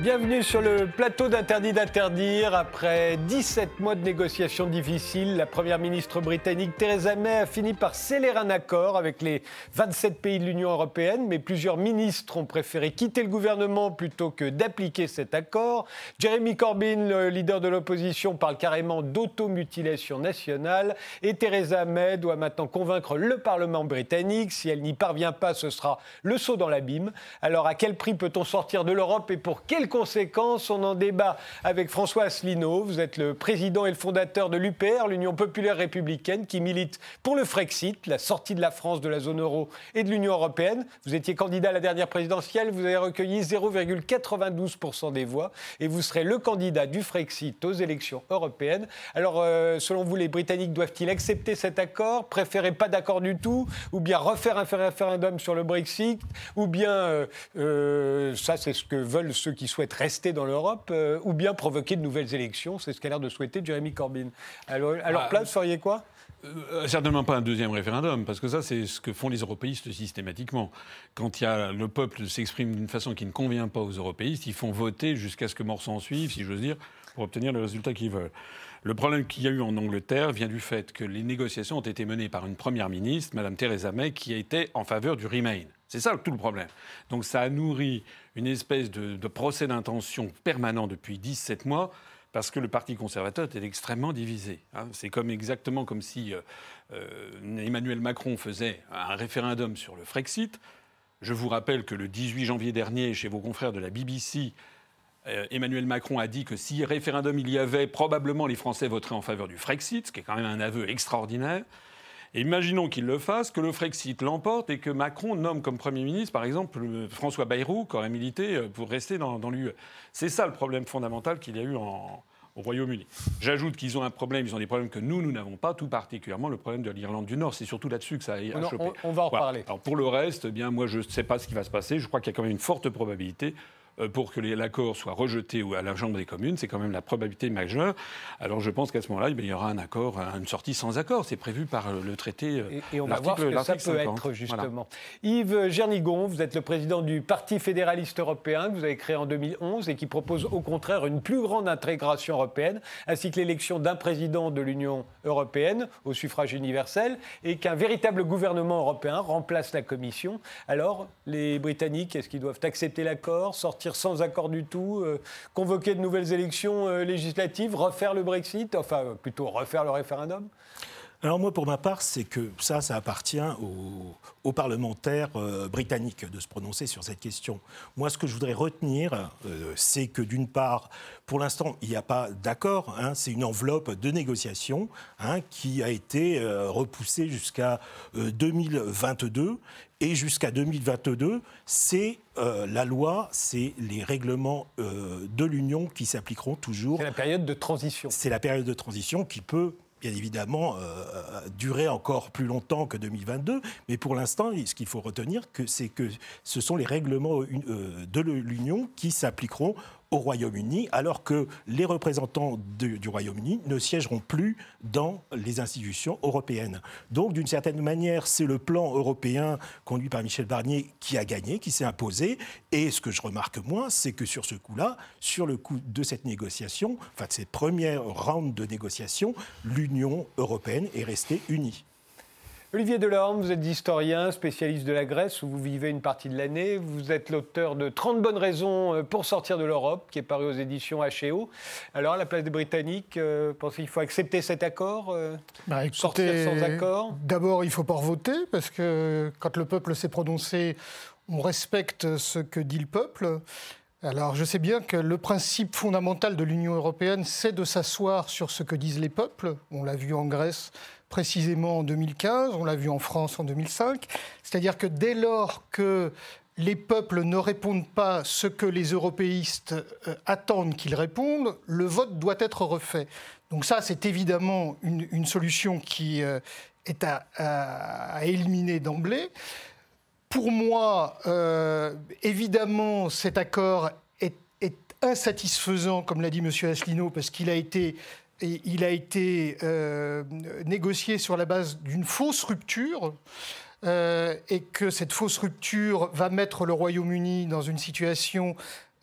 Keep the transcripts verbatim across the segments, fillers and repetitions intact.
Bienvenue sur le plateau d'Interdit d'interdire. Après dix-sept mois de négociations difficiles, la première ministre britannique Theresa May a fini par sceller un accord avec les vingt-sept pays de l'Union européenne, mais plusieurs ministres ont préféré quitter le gouvernement plutôt que d'appliquer cet accord. Jeremy Corbyn, le leader de l'opposition, parle carrément d'automutilation nationale et Theresa May doit maintenant convaincre le Parlement britannique. Si elle n'y parvient pas, ce sera le saut dans l'abîme. Alors à quel prix peut-on sortir de l'Europe et pour quelles conséquences? On en débat avec François Asselineau. Vous êtes le président et le fondateur de l'U P R, l'Union populaire républicaine, qui milite pour le Frexit, la sortie de la France de la zone euro et de l'Union européenne. Vous étiez candidat à la dernière présidentielle, vous avez recueilli zéro virgule quatre-vingt-douze pour cent des voix et vous serez le candidat du Frexit aux élections européennes. Alors, euh, selon vous, les Britanniques doivent-ils accepter cet accord, préférer pas d'accord du tout, ou bien refaire un référendum sur le Brexit, ou bien, euh, euh, ça c'est ce que veulent ceux qui souhaitent rester dans l'Europe, euh, ou bien provoquer de nouvelles élections. C'est ce qu'a l'air de souhaiter Jeremy Corbyn. Alors, à leur place, vous feriez quoi ? Euh, certainement pas un deuxième référendum, parce que ça, c'est ce que font les européistes systématiquement. Quand il y a, le peuple s'exprime d'une façon qui ne convient pas aux européistes, ils font voter jusqu'à ce que mort s'en suive, si j'ose dire, pour obtenir le résultat qu'ils veulent. Le problème qu'il y a eu en Angleterre vient du fait que les négociations ont été menées par une première ministre, Mme Theresa May, qui a été en faveur du Remain. C'est ça tout le problème. Donc ça a nourri une espèce de, de procès d'intention permanent depuis dix-sept mois, parce que le Parti conservateur était extrêmement divisé. Hein. C'est comme exactement comme si euh, euh, Emmanuel Macron faisait un référendum sur le Frexit. Je vous rappelle que le dix-huit janvier dernier, chez vos confrères de la B B C, euh, Emmanuel Macron a dit que si référendum il y avait, probablement les Français voteraient en faveur du Frexit, ce qui est quand même un aveu extraordinaire. Et imaginons qu'il le fasse, que le Frexit l'emporte et que Macron nomme comme Premier ministre, par exemple, François Bayrou, qui aurait milité pour rester dans, dans l'U E. C'est ça le problème fondamental qu'il y a eu en, au Royaume-Uni. J'ajoute qu'ils ont un problème, ils ont des problèmes que nous, nous n'avons pas, tout particulièrement le problème de l'Irlande du Nord. C'est surtout là-dessus que ça a, a non, chopé. On, on va en voilà. reparler. Alors pour le reste, eh bien, moi, je ne sais pas ce qui va se passer. Je crois qu'il y a quand même une forte probabilité pour que l'accord soit rejeté à la Chambre des communes. C'est quand même la probabilité majeure. Alors je pense qu'à ce moment-là, il y aura un accord, une sortie sans accord. C'est prévu par le traité. Et, et on va voir ce que ça peut être, justement. Voilà. Yves Jernigon, vous êtes le président du Parti fédéraliste européen que vous avez créé en deux mille onze et qui propose au contraire une plus grande intégration européenne, ainsi que l'élection d'un président de l'Union européenne au suffrage universel et qu'un véritable gouvernement européen remplace la Commission. Alors, les Britanniques, est-ce qu'ils doivent accepter l'accord, sortir sans accord du tout, euh, convoquer de nouvelles élections euh, législatives, refaire le Brexit, enfin euh, plutôt refaire le référendum ? Alors moi, pour ma part, c'est que ça, ça appartient aux, aux parlementaires euh, britanniques de se prononcer sur cette question. Moi, ce que je voudrais retenir, euh, c'est que d'une part, pour l'instant, il n'y a pas d'accord. Hein, c'est une enveloppe de négociation hein, qui a été euh, repoussée jusqu'à euh, deux mille vingt-deux. Et jusqu'à deux mille vingt-deux, c'est euh, la loi, c'est les règlements euh, de l'Union qui s'appliqueront toujours. C'est la période de transition. C'est la période de transition qui peut bien évidemment euh, durer encore plus longtemps que deux mille vingt-deux, mais pour l'instant, ce qu'il faut retenir, que, c'est que ce sont les règlements euh, de l'Union qui s'appliqueront au Royaume-Uni, alors que les représentants de, du Royaume-Uni ne siégeront plus dans les institutions européennes. Donc, d'une certaine manière, c'est le plan européen conduit par Michel Barnier qui a gagné, qui s'est imposé. Et ce que je remarque moins, c'est que sur ce coup-là, sur le coup de cette négociation, enfin de cette première round de négociation, l'Union européenne est restée unie. Olivier Delorme, vous êtes historien, spécialiste de la Grèce, où vous vivez une partie de l'année. Vous êtes l'auteur de trente bonnes raisons pour sortir de l'Europe, qui est paru aux éditions H et O. Alors, à la place des Britanniques, euh, pensez qu'il faut accepter cet accord euh, bah, écoutez, sortir sans accord? D'abord, il ne faut pas revoter, parce que quand le peuple s'est prononcé, on respecte ce que dit le peuple. Alors, je sais bien que le principe fondamental de l'Union européenne, c'est de s'asseoir sur ce que disent les peuples. On l'a vu en Grèce précisément en deux mille quinze, on l'a vu en France en deux mille cinq. C'est-à-dire que dès lors que les peuples ne répondent pas ce que les européistes euh, attendent qu'ils répondent, le vote doit être refait. Donc ça, c'est évidemment une, une solution qui euh, est à, à, à éliminer d'emblée. Pour moi, euh, évidemment, cet accord est, est insatisfaisant, comme l'a dit M. Asselineau, parce qu'il a été, il a été euh, négocié sur la base d'une fausse rupture, euh, et que cette fausse rupture va mettre le Royaume-Uni dans une situation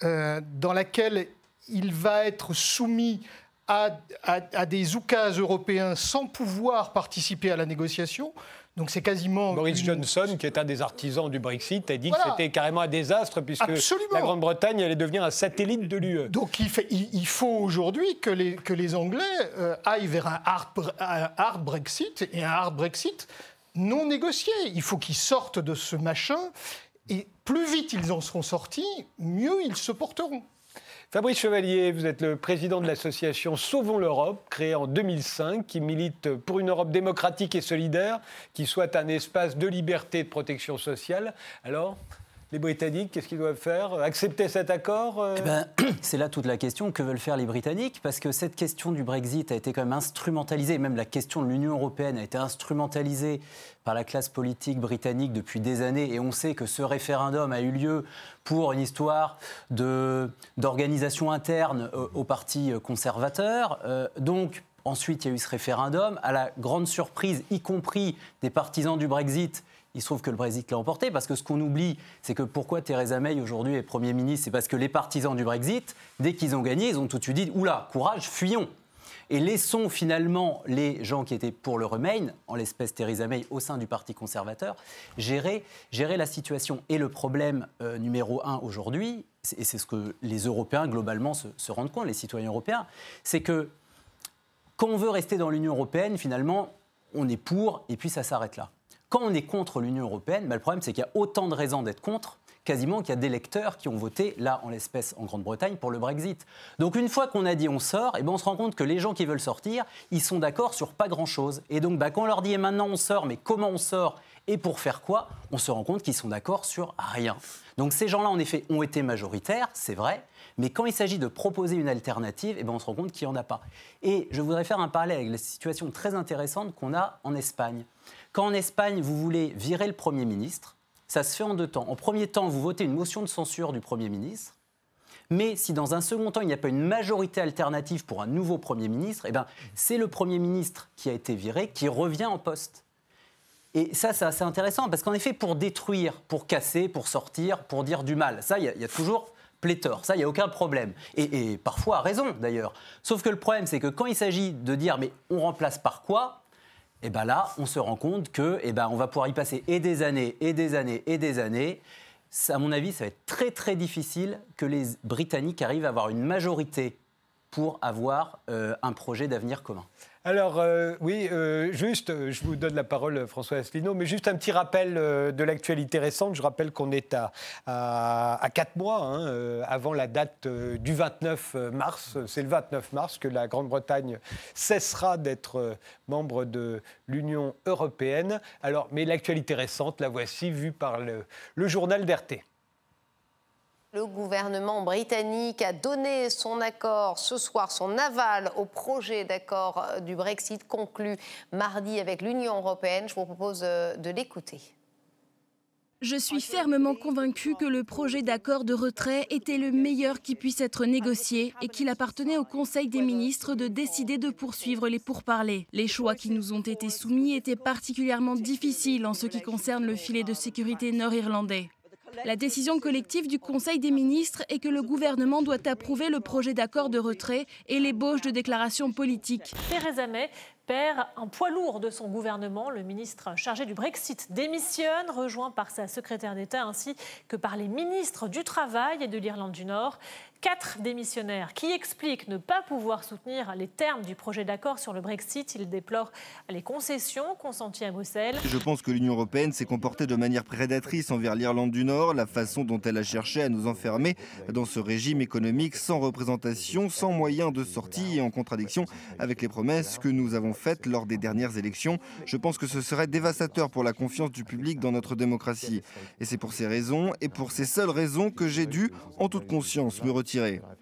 euh, dans laquelle il va être soumis à, à, à des oukases européens sans pouvoir participer à la négociation. Donc c'est quasiment... Boris une... Johnson, qui est un des artisans du Brexit, a dit voilà. que c'était carrément un désastre puisque Absolument. La Grande-Bretagne allait devenir un satellite de l'U E. Donc il, fait, il, il faut aujourd'hui que les, que les Anglais euh, aillent vers un hard, un hard Brexit et un hard Brexit non négocié. Il faut qu'ils sortent de ce machin et plus vite ils en seront sortis, mieux ils se porteront. Fabrice Chevalier, vous êtes le président de l'association Sauvons l'Europe, créée en deux mille cinq, qui milite pour une Europe démocratique et solidaire, qui soit un espace de liberté et de protection sociale. Alors, les Britanniques, qu'est-ce qu'ils doivent faire ? Accepter cet accord ? eh ben, c'est là toute la question. Que veulent faire les Britanniques ? Parce que cette question du Brexit a été quand même instrumentalisée, même la question de l'Union européenne a été instrumentalisée par la classe politique britannique depuis des années. Et on sait que ce référendum a eu lieu pour une histoire de, d'organisation interne au, au parti conservateur. Euh, donc, ensuite, il y a eu ce référendum. À la grande surprise, y compris des partisans du Brexit, il se trouve que le Brexit l'a emporté, parce que ce qu'on oublie, c'est que pourquoi Theresa May aujourd'hui est Premier ministre, c'est parce que les partisans du Brexit, dès qu'ils ont gagné, ils ont tout de suite dit « Oula, courage, fuyons !» Et laissons finalement les gens qui étaient pour le Remain, en l'espèce Theresa May, au sein du Parti conservateur, gérer, gérer la situation. Et le problème euh, numéro un aujourd'hui, et c'est ce que les Européens globalement se, se rendent compte, les citoyens européens, c'est que quand on veut rester dans l'Union européenne, finalement, on est pour, et puis ça s'arrête là. Quand on est contre l'Union européenne, bah le problème c'est qu'il y a autant de raisons d'être contre, quasiment qu'il y a d'électeurs qui ont voté, là en l'espèce en Grande-Bretagne, pour le Brexit. Donc une fois qu'on a dit on sort, et ben on se rend compte que les gens qui veulent sortir, ils sont d'accord sur pas grand-chose. Et donc bah, quand on leur dit et maintenant on sort, mais comment on sort et pour faire quoi, on se rend compte qu'ils sont d'accord sur rien. Donc ces gens-là en effet ont été majoritaires, c'est vrai, mais quand il s'agit de proposer une alternative, eh ben on se rend compte qu'il n'y en a pas. Et je voudrais faire un parallèle avec la situation très intéressante qu'on a en Espagne. Quand en Espagne, vous voulez virer le Premier ministre, ça se fait en deux temps. En premier temps, vous votez une motion de censure du Premier ministre, mais si dans un second temps, il n'y a pas une majorité alternative pour un nouveau Premier ministre, eh ben, c'est le Premier ministre qui a été viré qui revient en poste. Et ça, c'est assez intéressant, parce qu'en effet, pour détruire, pour casser, pour sortir, pour dire du mal, ça, il y, y a toujours pléthore, ça, il n'y a aucun problème. Et, et parfois, à raison, d'ailleurs. Sauf que le problème, c'est que quand il s'agit de dire, mais on remplace par quoi ? Et bien là, on se rend compte que, eh ben, on va pouvoir y passer et des années, et des années, et des années. Ça, à mon avis, ça va être très, très difficile que les Britanniques arrivent à avoir une majorité pour avoir euh, un projet d'avenir commun. Alors, euh, oui, euh, juste, euh, je vous donne la parole, François Asselineau, mais juste un petit rappel euh, de l'actualité récente. Je rappelle qu'on est à, à, à quatre mois hein, euh, avant la date euh, du vingt-neuf mars. C'est le vingt-neuf mars que la Grande-Bretagne cessera d'être euh, membre de l'Union européenne. Alors, mais l'actualité récente, la voici, vue par le, le journal d'R T. Le gouvernement britannique a donné son accord ce soir, son aval au projet d'accord du Brexit conclu mardi avec l'Union européenne. Je vous propose de l'écouter. Je suis fermement convaincue que le projet d'accord de retrait était le meilleur qui puisse être négocié et qu'il appartenait au Conseil des ministres de décider de poursuivre les pourparlers. Les choix qui nous ont été soumis étaient particulièrement difficiles en ce qui concerne le filet de sécurité nord-irlandais. La décision collective du Conseil des ministres est que le gouvernement doit approuver le projet d'accord de retrait et l'ébauche de déclarations politiques. Theresa May perd un poids lourd de son gouvernement. Le ministre chargé du Brexit démissionne, rejoint par sa secrétaire d'État ainsi que par les ministres du Travail et de l'Irlande du Nord. Quatre démissionnaires qui expliquent ne pas pouvoir soutenir les termes du projet d'accord sur le Brexit. Ils déplorent les concessions consenties à Bruxelles. Je pense que l'Union européenne s'est comportée de manière prédatrice envers l'Irlande du Nord, la façon dont elle a cherché à nous enfermer dans ce régime économique sans représentation, sans moyen de sortie et en contradiction avec les promesses que nous avons faites lors des dernières élections. Je pense que ce serait dévastateur pour la confiance du public dans notre démocratie. Et c'est pour ces raisons et pour ces seules raisons que j'ai dû, en toute conscience, me retirer.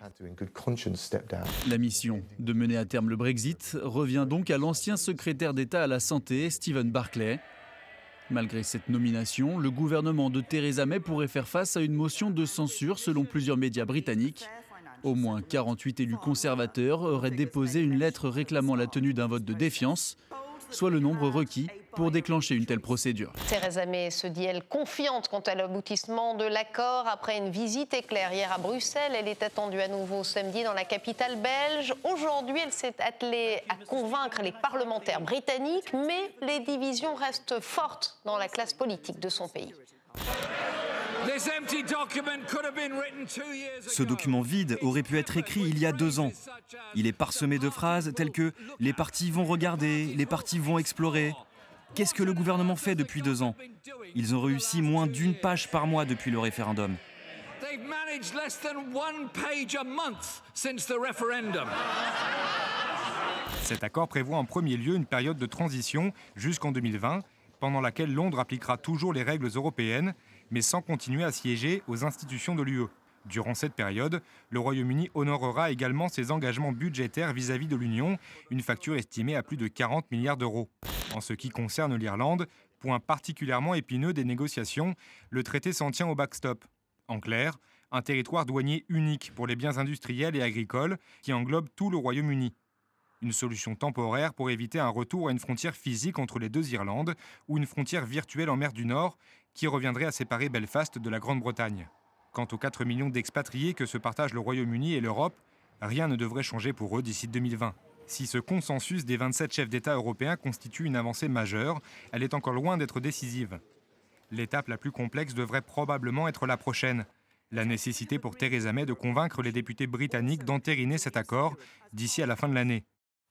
La mission de mener à terme le Brexit revient donc à l'ancien secrétaire d'État à la Santé, Stephen Barclay. Malgré cette nomination, le gouvernement de Theresa May pourrait faire face à une motion de censure selon plusieurs médias britanniques. Au moins quarante-huit élus conservateurs auraient déposé une lettre réclamant la tenue d'un vote de défiance. soit le nombre requis pour déclencher une telle procédure. Theresa May se dit, elle, confiante quant à l'aboutissement de l'accord. Après une visite éclair hier à Bruxelles, elle est attendue à nouveau samedi dans la capitale belge. Aujourd'hui, elle s'est attelée à convaincre les parlementaires britanniques, mais les divisions restent fortes dans la classe politique de son pays. Ce document vide aurait pu être écrit il y a deux ans. Il est parsemé de phrases telles que « les partis vont regarder, les partis vont explorer ». Qu'est-ce que le gouvernement fait depuis deux ans? Ils ont réussi moins d'une page par mois depuis le référendum. Cet accord prévoit en premier lieu une période de transition jusqu'en deux mille vingt, pendant laquelle Londres appliquera toujours les règles européennes, mais sans continuer à siéger aux institutions de l'U E. Durant cette période, le Royaume-Uni honorera également ses engagements budgétaires vis-à-vis de l'Union, une facture estimée à plus de quarante milliards d'euros. En ce qui concerne l'Irlande, point particulièrement épineux des négociations, le traité s'en tient au backstop. En clair, un territoire douanier unique pour les biens industriels et agricoles qui englobe tout le Royaume-Uni. Une solution temporaire pour éviter un retour à une frontière physique entre les deux Irlandes ou une frontière virtuelle en mer du Nord qui reviendrait à séparer Belfast de la Grande-Bretagne. Quant aux quatre millions d'expatriés que se partagent le Royaume-Uni et l'Europe, rien ne devrait changer pour eux d'ici deux mille vingt. Si ce consensus des vingt-sept chefs d'État européens constitue une avancée majeure, elle est encore loin d'être décisive. L'étape la plus complexe devrait probablement être la prochaine. La nécessité pour Theresa May de convaincre les députés britanniques d'entériner cet accord d'ici à la fin de l'année.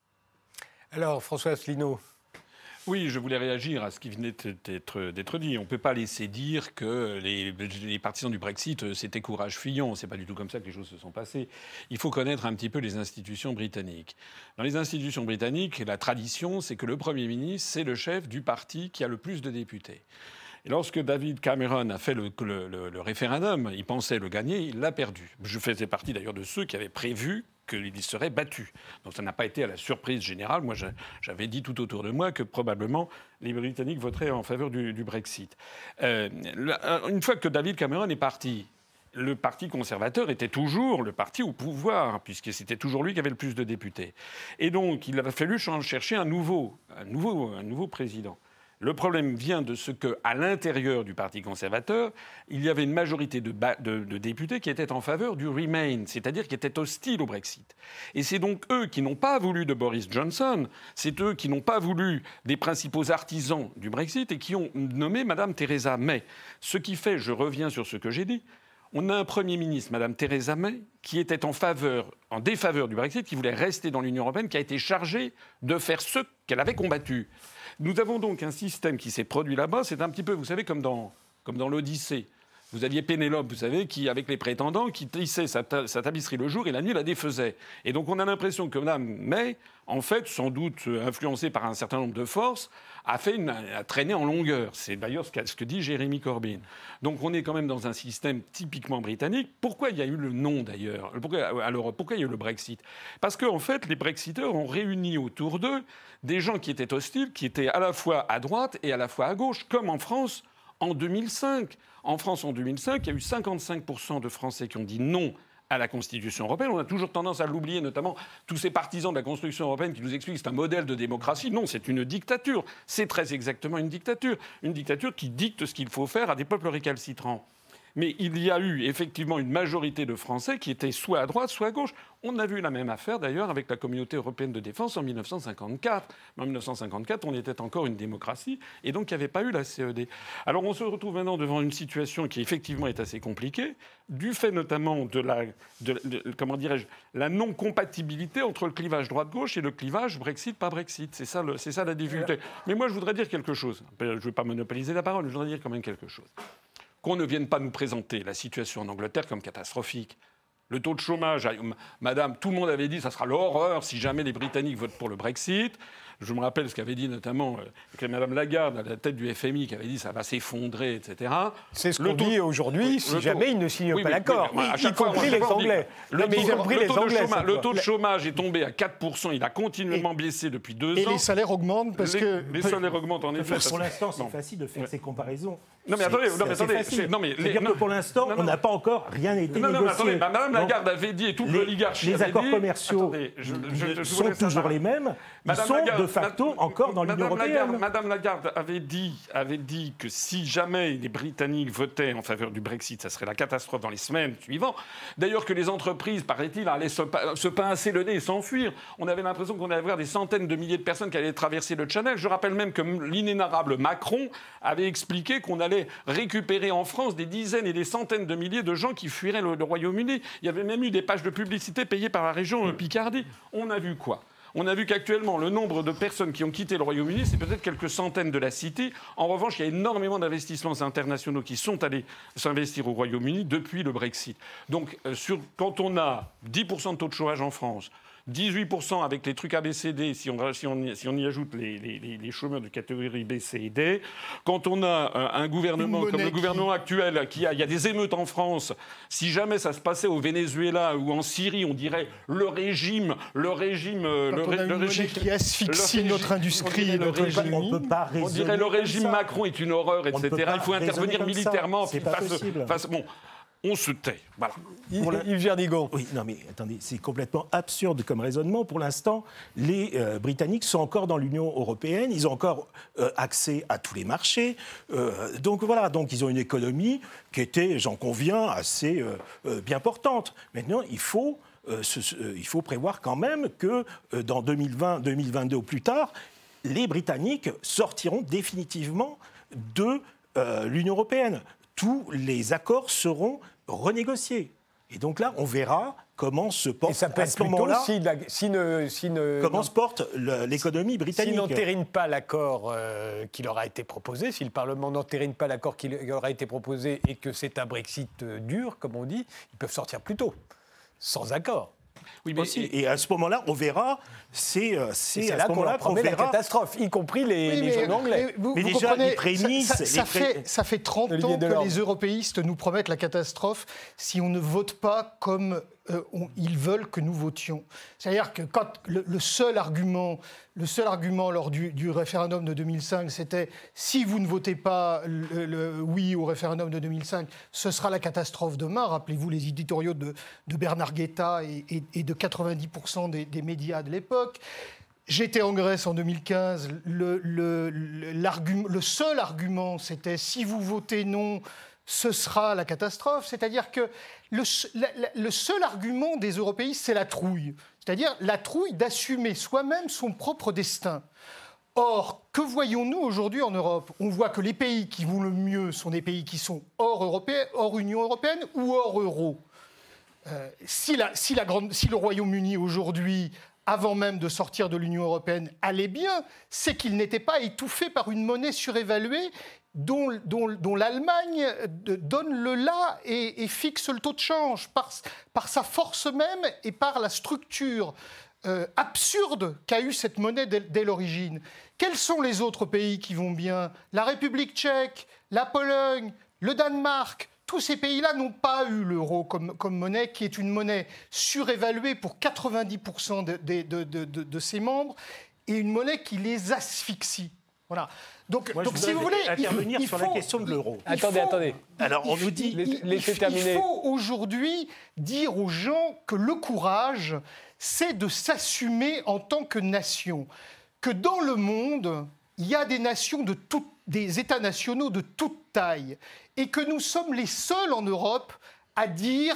Alors, François Asselineau. Oui, je voulais réagir à ce qui venait d'être, d'être dit. On ne peut pas laisser dire que les, les partisans du Brexit, c'était courage Fillon. Ce n'est pas du tout comme ça que les choses se sont passées. Il faut connaître un petit peu les institutions britanniques. Dans les institutions britanniques, la tradition, c'est que le Premier ministre, c'est le chef du parti qui a le plus de députés. Et lorsque David Cameron a fait le, le, le, le référendum, il pensait le gagner, il l'a perdu. Je faisais partie d'ailleurs de ceux qui avaient prévu qu'il serait battu. Donc ça n'a pas été à la surprise générale. Moi, j'avais dit tout autour de moi que probablement les Britanniques voteraient en faveur du, du Brexit. Euh, une fois que David Cameron est parti, le Parti conservateur était toujours le parti au pouvoir, puisque c'était toujours lui qui avait le plus de députés. Et donc, il a fallu chercher un nouveau, un nouveau, un nouveau président. Le problème vient de ce qu'à l'intérieur du Parti conservateur, il y avait une majorité de, de, de députés qui étaient en faveur du Remain, c'est-à-dire qui étaient hostiles au Brexit. Et c'est donc eux qui n'ont pas voulu de Boris Johnson, c'est eux qui n'ont pas voulu des principaux artisans du Brexit et qui ont nommé Mme Theresa May. Ce qui fait, je reviens sur ce que j'ai dit, on a un Premier ministre, Mme Theresa May, qui était en faveur, en défaveur du Brexit, qui voulait rester dans l'Union européenne, qui a été chargée de faire ce qu'elle avait combattu. Nous avons donc un système qui s'est produit là-bas. C'est un petit peu, vous savez, comme dans, comme dans l'Odyssée. Vous aviez Pénélope, vous savez, qui, avec les prétendants, qui tissait sa, ta, sa tapisserie le jour et la nuit la défaisait. Et donc on a l'impression que Mme May, en fait, sans doute influencée par un certain nombre de forces, a, fait une, a traîné en longueur. C'est d'ailleurs ce que, ce que dit Jeremy Corbyn. Donc on est quand même dans un système typiquement britannique. Pourquoi il y a eu le non, d'ailleurs, pourquoi, à l'Europe, pourquoi il y a eu le Brexit? Parce qu'en fait, les Brexiteurs ont réuni autour d'eux des gens qui étaient hostiles, qui étaient à la fois à droite et à la fois à gauche, comme en France en deux mille cinq. En France, en deux mille cinq, il y a eu cinquante-cinq pour cent de Français qui ont dit non à la Constitution européenne. On a toujours tendance à l'oublier, notamment tous ces partisans de la Constitution européenne qui nous expliquent que c'est un modèle de démocratie. Non, c'est une dictature. C'est très exactement une dictature. Une dictature qui dicte ce qu'il faut faire à des peuples récalcitrants. Mais il y a eu effectivement une majorité de Français qui étaient soit à droite, soit à gauche. On a vu la même affaire d'ailleurs avec la Communauté européenne de défense en mille neuf cent cinquante-quatre. En mille neuf cent cinquante-quatre, on était encore une démocratie et donc il n'y avait pas eu la C E D. Alors on se retrouve maintenant devant une situation qui effectivement est assez compliquée, du fait notamment de la, de, de, comment dirais-je, la non-compatibilité entre le clivage droite-gauche et le clivage Brexit-pas Brexit. C'est ça, le, c'est ça la difficulté. Mais moi je voudrais dire quelque chose. Je ne veux pas monopoliser la parole, je voudrais dire quand même quelque chose. Qu'on ne vienne pas nous présenter la situation en Angleterre comme catastrophique. Le taux de chômage, madame, tout le monde avait dit que ça sera l'horreur si jamais les Britanniques votent pour le Brexit. Je me rappelle ce qu'avait dit notamment euh, Mme Lagarde à la tête du F M I, qui avait dit que ça va s'effondrer, et cetera. C'est ce qu'on taux... dit aujourd'hui si jamais taux... ils ne signent oui, pas l'accord. Oui, y compris les Anglais. Le, le, taux, le, taux Anglais, chômage, le taux de chômage est tombé à quatre pour cent. Il a continuellement et, baissé depuis deux et ans. Et les salaires augmentent parce les, que... Les salaires augmentent en effet. Pour l'instant, c'est facile de faire ouais. ces comparaisons. Non mais attendez, non, mais attendez. Non, mais les, non, que pour l'instant, on n'a pas encore rien été non, négocié. Non, mais attendez, bah, Mme Lagarde avait dit, et toute l'oligarchie Les accords dit, commerciaux attendez, je, je, je, je sont toujours les mêmes. Ils sont de facto encore dans l'Union Madame européenne. Lagarde, Madame Lagarde avait dit, avait dit que si jamais les Britanniques votaient en faveur du Brexit, ça serait la catastrophe dans les semaines suivantes. D'ailleurs que les entreprises, paraît-il, allaient se, se pincer le nez et s'enfuir. On avait l'impression qu'on allait avoir des centaines de milliers de personnes qui allaient traverser le Channel. Je rappelle même que l'inénarrable Macron avait expliqué qu'on allait récupérer en France des dizaines et des centaines de milliers de gens qui fuiraient le, le Royaume-Uni. Il y avait même eu des pages de publicité payées par la région Picardie. On a vu quoi ? On a vu qu'actuellement, le nombre de personnes qui ont quitté le Royaume-Uni, c'est peut-être quelques centaines de la City. En revanche, il y a énormément d'investissements internationaux qui sont allés s'investir au Royaume-Uni depuis le Brexit. Donc, euh, sur, quand on a dix pour cent de taux de chômage en France, dix-huit pour cent avec les trucs A B C D, si on, si on, si on y ajoute les, les, les chômeurs de catégorie B, C et D, quand on a un, un gouvernement comme le gouvernement qui... actuel, qui a, il y a des émeutes en France, si jamais ça se passait au Venezuela ou en Syrie, on dirait le régime, le régime, quand le, on a une le régime qui asphyxie le notre industrie et notre régime, on peut pas on dirait le régime Macron est une horreur, et cetera. Il faut intervenir militairement. C'est pas face, possible. face, bon, on se tait. Voilà. Yves Jardigon. Oui, non mais attendez, c'est complètement absurde comme raisonnement. Pour l'instant, les euh, Britanniques sont encore dans l'Union européenne, ils ont encore euh, accès à tous les marchés. Euh, donc voilà, donc ils ont une économie qui était, j'en conviens, assez euh, euh, bien portante. Maintenant, il faut, euh, ce, ce, il faut prévoir quand même que euh, dans deux mille vingt, deux mille vingt-deux ou plus tard, les Britanniques sortiront définitivement de euh, l'Union européenne. Tous les accords seront renégociés. Et donc là, on verra comment se porte Et ça peut à être ce plutôt moment-là. si, la, si ne, si ne, Comment non, se porte le, l'économie britannique. S'ils n'entérinent pas l'accord euh, qui leur a été proposé, si le Parlement n'entérine pas l'accord qui leur a été proposé et que c'est un Brexit euh, dur, comme on dit, ils peuvent sortir plus tôt, sans accord. Oui, mais aussi. Et à ce moment-là, on verra. C'est, c'est, c'est à là ce qu'on moment-là leur qu'on promet la verra. catastrophe, y compris les, Oui, les mais, jeunes anglais. Vous, mais vous déjà, comprenez, les prémices... Ça, ça, ça, les pré... fait, ça fait trente Olivier ans Delorme. que les européistes nous promettent la catastrophe si on ne vote pas comme euh, on, ils veulent que nous votions. C'est-à-dire que quand le, le, seul, argument, le seul argument lors du, du référendum de deux mille cinq, c'était si vous ne votez pas le, le oui au référendum de deux mille cinq, ce sera la catastrophe demain. Rappelez-vous les éditoriaux de, de Bernard Guetta et, et, et de quatre-vingt-dix pour cent des, des médias de l'époque. J'étais en Grèce en deux mille quinze, le, le, le, le seul argument c'était si vous votez non, ce sera la catastrophe. C'est-à-dire que le, la, le seul argument des européistes, c'est la trouille. C'est-à-dire la trouille d'assumer soi-même son propre destin. Or, que voyons-nous aujourd'hui en Europe ? On voit que les pays qui vont le mieux sont des pays qui sont hors, européen, hors Union européenne ou hors euro. Euh, si, la, si, la grande, si le Royaume-Uni aujourd'hui, avant même de sortir de l'Union européenne, allait bien, c'est qu'il n'était pas étouffé par une monnaie surévaluée dont, dont, dont l'Allemagne donne le là et, et fixe le taux de change par, par sa force même et par la structure euh, absurde qu'a eue cette monnaie dès, dès l'origine. Quels sont les autres pays qui vont bien ? La République tchèque, la Pologne, le Danemark. Tous ces pays-là n'ont pas eu l'euro comme, comme monnaie, qui est une monnaie surévaluée pour quatre-vingt-dix pour cent de, de, de, de, de ses membres, et une monnaie qui les asphyxie. Voilà. Donc, Moi, donc je si vous voulez, intervenir il, sur il faut, la question de l'euro. Il, il attendez, faut, attendez. Alors, on il, nous dit... Il, il, laissez il, terminer. il faut aujourd'hui dire aux gens que le courage, c'est de s'assumer en tant que nation. Que dans le monde, il y a des nations de toutes, des États nationaux de toute taille, et que nous sommes les seuls en Europe à dire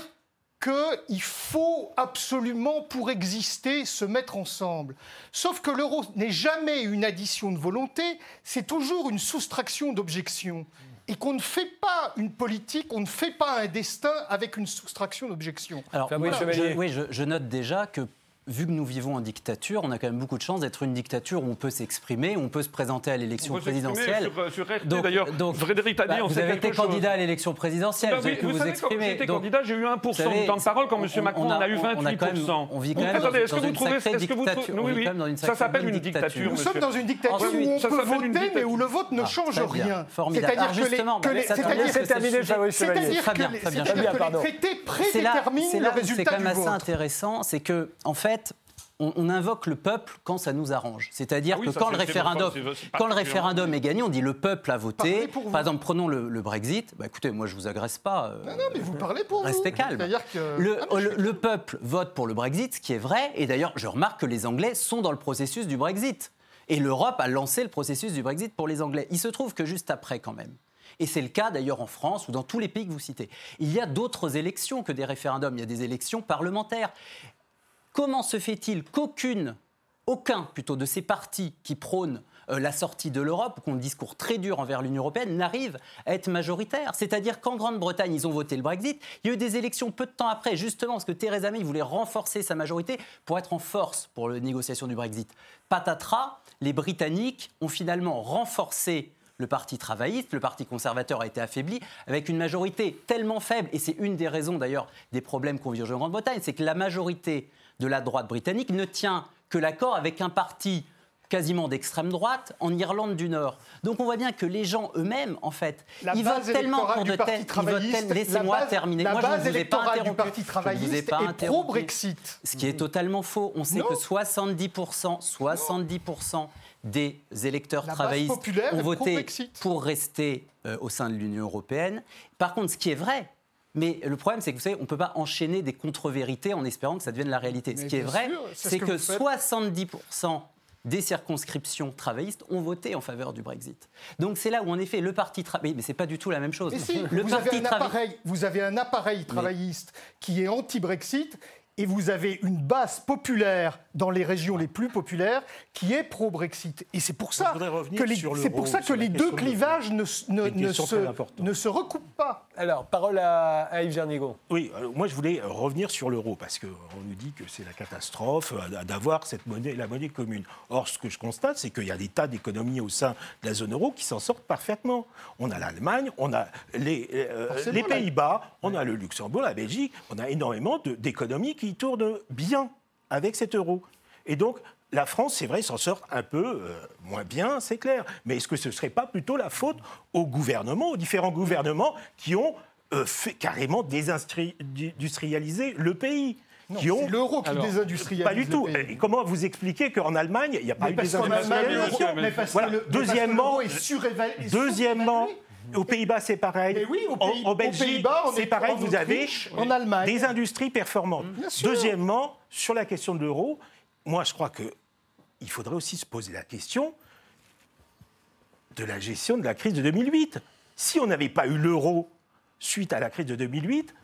qu'il faut absolument, pour exister, se mettre ensemble. Sauf que l'euro n'est jamais une addition de volonté, c'est toujours une soustraction d'objections. Et qu'on ne fait pas une politique, on ne fait pas un destin avec une soustraction d'objections. Alors, Fabrice voilà, Chevalier. je, oui, je, je note déjà que, vu que nous vivons en dictature, on a quand même beaucoup de chance d'être une dictature où on peut s'exprimer, où on peut se présenter à l'élection présidentielle. Sur, sur R T, donc, d'ailleurs, donc, Frédéric Taddy, bah, on vous sait avez quelque été chose. candidat à l'élection présidentielle, Bah, vous avez oui, pu vous vous, savez, exprimer. quand j'étais donc, candidat, j'ai eu un pour cent de temps de parole quand M. Macron on a, en a eu vingt-huit pour cent. On, on vit quand même Attendez, dans, est-ce que dans vous une trouvez, sacrée est-ce que vous dictature. trouvez, On vit oui, quand même dans une ça sacrée s'appelle bonne une dictature. Nous monsieur. sommes dans une dictature Ensuite, où on ça peut s'appelle une voter, mais où dictature. le vote ne Ah, change très bien, rien. formidable. Alors, C'est-à-dire que les- justement, que bah, les- ça tombe c'est-à-dire bien, Laissez parce que terminer c'est- Fabrice Chevalier. c'est-à-dire Très bien, que les- très bien. c'est-à-dire Très bien, que les traités C'est là, prédéterminent c'est le là où c'est résultat quand du même assez vote. intéressant, c'est que, en fait, on, on invoque le peuple quand ça nous arrange. C'est-à-dire Ah oui, que ça, quand, c'est- le c'est référendum, votre- c'est- c'est quand le particulièrement- référendum est gagné, on dit le peuple a voté. Parlez pour vous. Par exemple, prenons le, le Brexit. Bah, écoutez, moi, je ne vous agresse pas. euh, Non, non, mais vous parlez pour Restez vous. calme. C'est-à-dire que... Le, Ah, mais je- le- le peuple vote pour le Brexit, ce qui est vrai. Et d'ailleurs, je remarque que les Anglais sont dans le processus du Brexit. Et l'Europe a lancé le processus du Brexit pour les Anglais. Il se trouve que juste après, quand même, et c'est le cas d'ailleurs en France ou dans tous les pays que vous citez, il y a d'autres élections que des référendums. Il y a des élections parlementaires. Comment se fait-il qu'aucune, aucun plutôt de ces partis qui prônent euh, la sortie de l'Europe, qui ont un discours très dur envers l'Union européenne, n'arrive à être majoritaire? C'est-à-dire qu'en Grande-Bretagne, ils ont voté le Brexit. Il y a eu des élections peu de temps après, justement parce que Theresa May voulait renforcer sa majorité pour être en force pour la négociation du Brexit. Patatras, les Britanniques ont finalement renforcé le parti travailliste, le parti conservateur a été affaibli, avec une majorité tellement faible, et c'est une des raisons d'ailleurs des problèmes qu'on vit en Grande-Bretagne, c'est que la majorité de la droite britannique ne tient que l'accord avec un parti quasiment d'extrême droite en Irlande du Nord. Donc on voit bien que les gens eux-mêmes, en fait, la ils votent tellement pour de telles... Laissez-moi terminer. La Moi, base je ne vous ai pas électorale interrompu. du Parti travailliste est pro-Brexit. Ce qui est totalement faux. On sait Non. que soixante-dix pour cent, soixante-dix pour cent des électeurs La base travaillistes populaire ont est voté pro-Brexit. pour rester euh, au sein de l'Union européenne. Par contre, ce qui est vrai, mais le problème, c'est que vous savez, on ne peut pas enchaîner des contre-vérités en espérant que ça devienne la réalité. Mais ce qui est bien vrai, sûr, c'est c'est ce que que, vous faites. soixante-dix pour cent des circonscriptions travaillistes ont voté en faveur du Brexit. Donc c'est là où, en effet, le parti travailliste... Mais ce n'est pas du tout la même chose. Mais si, le vous, parti avez un travi- appareil, vous avez un appareil travailliste qui est anti-Brexit et vous avez une base populaire dans les régions les plus populaires qui est pro-Brexit. Et c'est pour ça Je voudrais revenir que les, sur c'est l'euro, pour ça que sur la les question deux de- clivages ne, s- ne, Une ne question se, très importante. ne se recoupent pas. Alors, parole à, à Yves Jernigon. Oui, euh, moi je voulais euh, revenir sur l'euro parce qu'on nous dit que c'est la catastrophe euh, d'avoir cette monnaie, la monnaie commune. Or, ce que je constate, c'est qu'il y a des tas d'économies au sein de la zone euro qui s'en sortent parfaitement. On a l'Allemagne, on a les, euh, Forcément, les là. Pays-Bas, on a le Luxembourg, la Belgique, on a énormément de- d'économies qui tournent bien avec cet euro. Et donc, la France, c'est vrai, s'en sort un peu euh, moins bien, c'est clair. Mais est-ce que ce ne serait pas plutôt la faute au gouvernement, aux différents gouvernements qui ont euh, fait carrément désindustrialisé le pays? Non, qui ont... c'est l'euro qui Alors, désindustrialise Pas du le tout. pays. Et comment vous expliquez qu'en Allemagne, il n'y a pas Mais eu parce qu'en désindustrialisation? Allemagne, l'euro- mais parce que Voilà. le- mais parce que Deuxièmement, l'euro est surévalué- est deuxièmement, surévalué. aux Pays-Bas, c'est pareil. Mais oui, aux En- Pays- en, aux Belgique, Pays-Bas, en c'est pareil. en Vous avez Autriche, en Allemagne. des industries performantes. Bien sûr. Deuxièmement, sur la question de l'euro, moi, je crois qu'il faudrait aussi se poser la question de la gestion de la crise de deux mille huit. Si on n'avait pas eu l'euro suite à la crise de deux mille huit,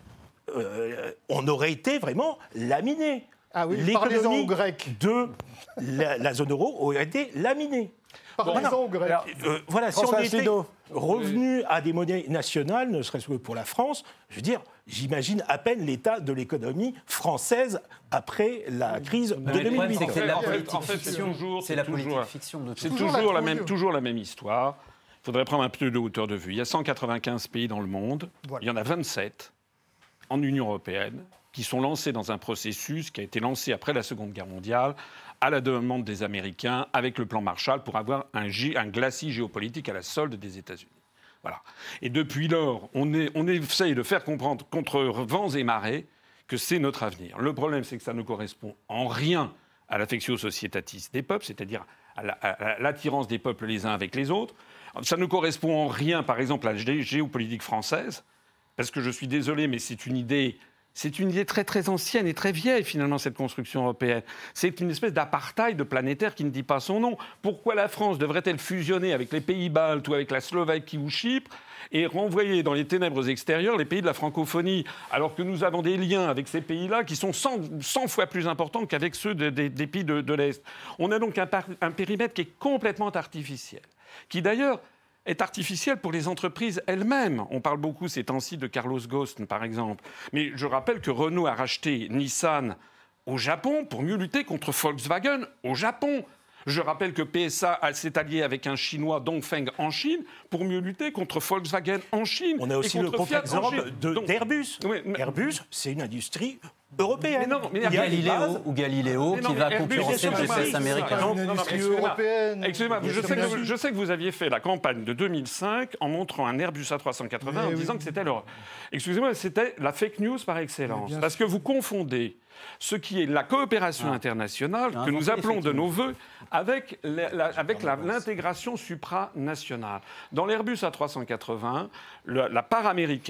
euh, on aurait été vraiment laminé. Ah oui, parlez-en L'économie aux Grecs. de la, la zone euro aurait été laminée. Parlez-en aux Grecs. Alors, Euh, voilà, si on François était Asselineau. revenu à des monnaies nationales, ne serait-ce que pour la France, je veux dire, j'imagine à peine l'état de l'économie française après la crise de Mais le problème, deux mille huit. c'est que c'est de la En fait, politique en fait, c'est fiction. toujours- C'est c'est la toujours- politique fiction de C'est tout. Toujours toujours, la la même, trouille. toujours la même histoire. Il faudrait prendre un peu de hauteur de vue. Il y a cent quatre-vingt-quinze pays dans le monde. Voilà. Il y en a vingt-sept en Union européenne qui sont lancés dans un processus qui a été lancé après la Seconde Guerre mondiale à la demande des Américains avec le plan Marshall pour avoir un, gé- un glacis géopolitique à la solde des États-Unis. Voilà. Et depuis lors, on, est, on essaye de faire comprendre contre vents et marées que c'est notre avenir. Le problème, c'est que ça ne correspond en rien à l'affectio societatis des peuples, c'est-à-dire à la- à l'attirance des peuples les uns avec les autres. Ça ne correspond en rien, par exemple, à la gé- géopolitique française, parce que je suis désolé, mais c'est une idée... C'est une idée très très ancienne et très vieille finalement cette construction européenne. C'est une espèce d'apartheid planétaire qui ne dit pas son nom. Pourquoi la France devrait-elle fusionner avec les pays baltes ou avec la Slovaquie ou Chypre et renvoyer dans les ténèbres extérieures les pays de la francophonie, alors que nous avons des liens avec ces pays-là qui sont cent, cent fois plus importants qu'avec ceux de- des- des pays de, de l'Est. On a donc un, par- un périmètre qui est complètement artificiel, qui d'ailleurs est artificielle pour les entreprises elles-mêmes. On parle beaucoup ces temps-ci de Carlos Ghosn, par exemple. Mais je rappelle que Renault a racheté Nissan au Japon pour mieux lutter contre Volkswagen au Japon. Je rappelle que P S A a- s'est allié avec un Chinois, Dongfeng, en Chine, pour mieux lutter contre Volkswagen en Chine. On a aussi et le contre Fiat en contre-exemple Chine. de- Donc- d'Airbus. Oui, mais- Airbus, c'est une industrie européenne. Mais non, mais Il y a des Galiléo bases. ou Galiléo Mais non, qui mais va Airbus, concurrencer le bien sûr, G P S c'est américain. Non, non, Une non, industrie excusez-moi. européenne. Excusez-moi, Bien je sûr, sais, que bien vous, sûr. je sais que vous aviez fait la campagne de deux mille cinq en montrant un Airbus A trois cent quatre-vingts Mais en oui. disant que c'était l'Europe. Excusez-moi, c'était la fake news par excellence. bien Parce que vous confondez ce qui est la coopération Ah. internationale, J'ai que nous inventé appelons les de fake nos voeux, avec la- la- avec la- l'intégration supranationale. Dans l'Airbus A trois cent quatre-vingts, le- la part américaine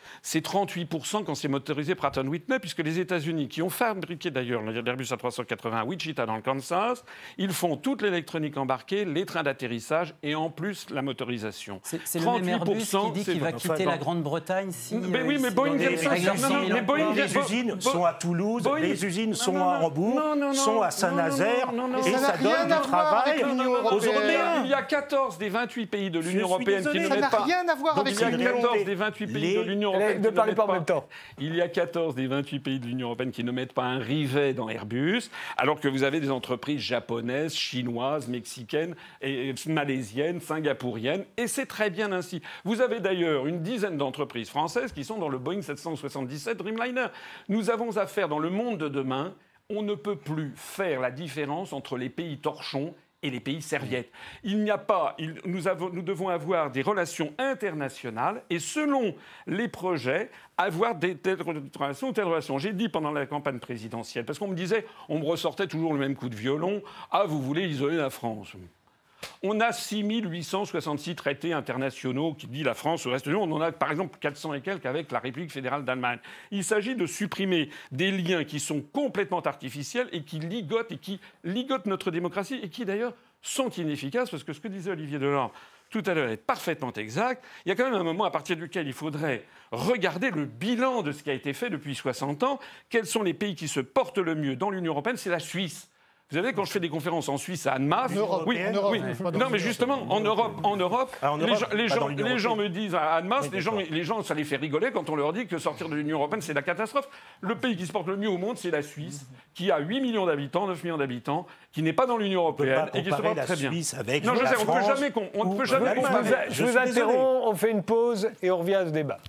C'est trente-huit pour cent quand c'est motorisé Pratt and Whitney, puisque les États-Unis, qui ont fabriqué d'ailleurs l'Airbus A trois cent quatre-vingts à Wichita dans le Kansas, ils font toute l'électronique embarquée, les trains d'atterrissage et en plus la motorisation. C'est, c'est le même Airbus qui dit qu'il va quitter enfin, la Grande-Bretagne si... Mais oui, mais Boeing vient de ça. Les usines sont à Toulouse, Boeing, les usines sont non, non, à Hambourg, non, non, non, sont à Saint-Nazaire, et ça, ça donne du travail aux Européens. Il y a quatorze des vingt-huit pays de l'Union européenne qui ne mettent pas... Ça n'a rien à voir avec l'Union européenne. Il y a quatorze des vingt-huit pays de l'Union européenne ne parlez pas en même temps. Il y a quatorze des vingt-huit pays de l'Union européenne qui ne mettent pas un rivet dans Airbus, alors que vous avez des entreprises japonaises, chinoises, mexicaines, et malaisiennes, singapouriennes, et c'est très bien ainsi. Vous avez d'ailleurs une dizaine d'entreprises françaises qui sont dans le Boeing sept cent soixante-dix-sept Dreamliner. Nous avons affaire dans le monde de demain, on ne peut plus faire la différence entre les pays torchons et les pays serviettes. Il n'y a pas, il, nous, avons, nous devons avoir des relations internationales et selon les projets, avoir des telles relations ou telles relations. J'ai dit pendant la campagne présidentielle, parce qu'on me disait, on me ressortait toujours le même coup de violon, ah, vous voulez isoler la France. On a six mille huit cent soixante-six traités internationaux qui disent la France au reste du monde. On en a par exemple quatre cents et quelques avec la République fédérale d'Allemagne. Il s'agit de supprimer des liens qui sont complètement artificiels et qui ligotent, et qui ligotent notre démocratie et qui d'ailleurs sont inefficaces parce que ce que disait Olivier Delors tout à l'heure est parfaitement exact. Il y a quand même un moment à partir duquel il faudrait regarder le bilan de ce qui a été fait depuis soixante ans. Quels sont les pays qui se portent le mieux dans l'Union européenne ? C'est la Suisse. Vous savez, quand je fais des conférences en Suisse à Annemasse, oui, en Europe, oui. Non, mais justement, en Europe, en Europe, ah, en les, Europe gens, les, gens, les gens me disent à Annemasse, oui, les, gens, les gens, ça les fait rigoler quand on leur dit que sortir de l'Union européenne, c'est la catastrophe. Le pays qui se porte le mieux au monde, c'est la Suisse, qui a huit millions d'habitants, neuf millions d'habitants, qui n'est pas dans l'Union européenne et qui se porte très bien. Avec non, je sais, France, on ne peut jamais, on ne peut jamais comparer. Je vous interromps, on fait une pause et on revient à ce débat.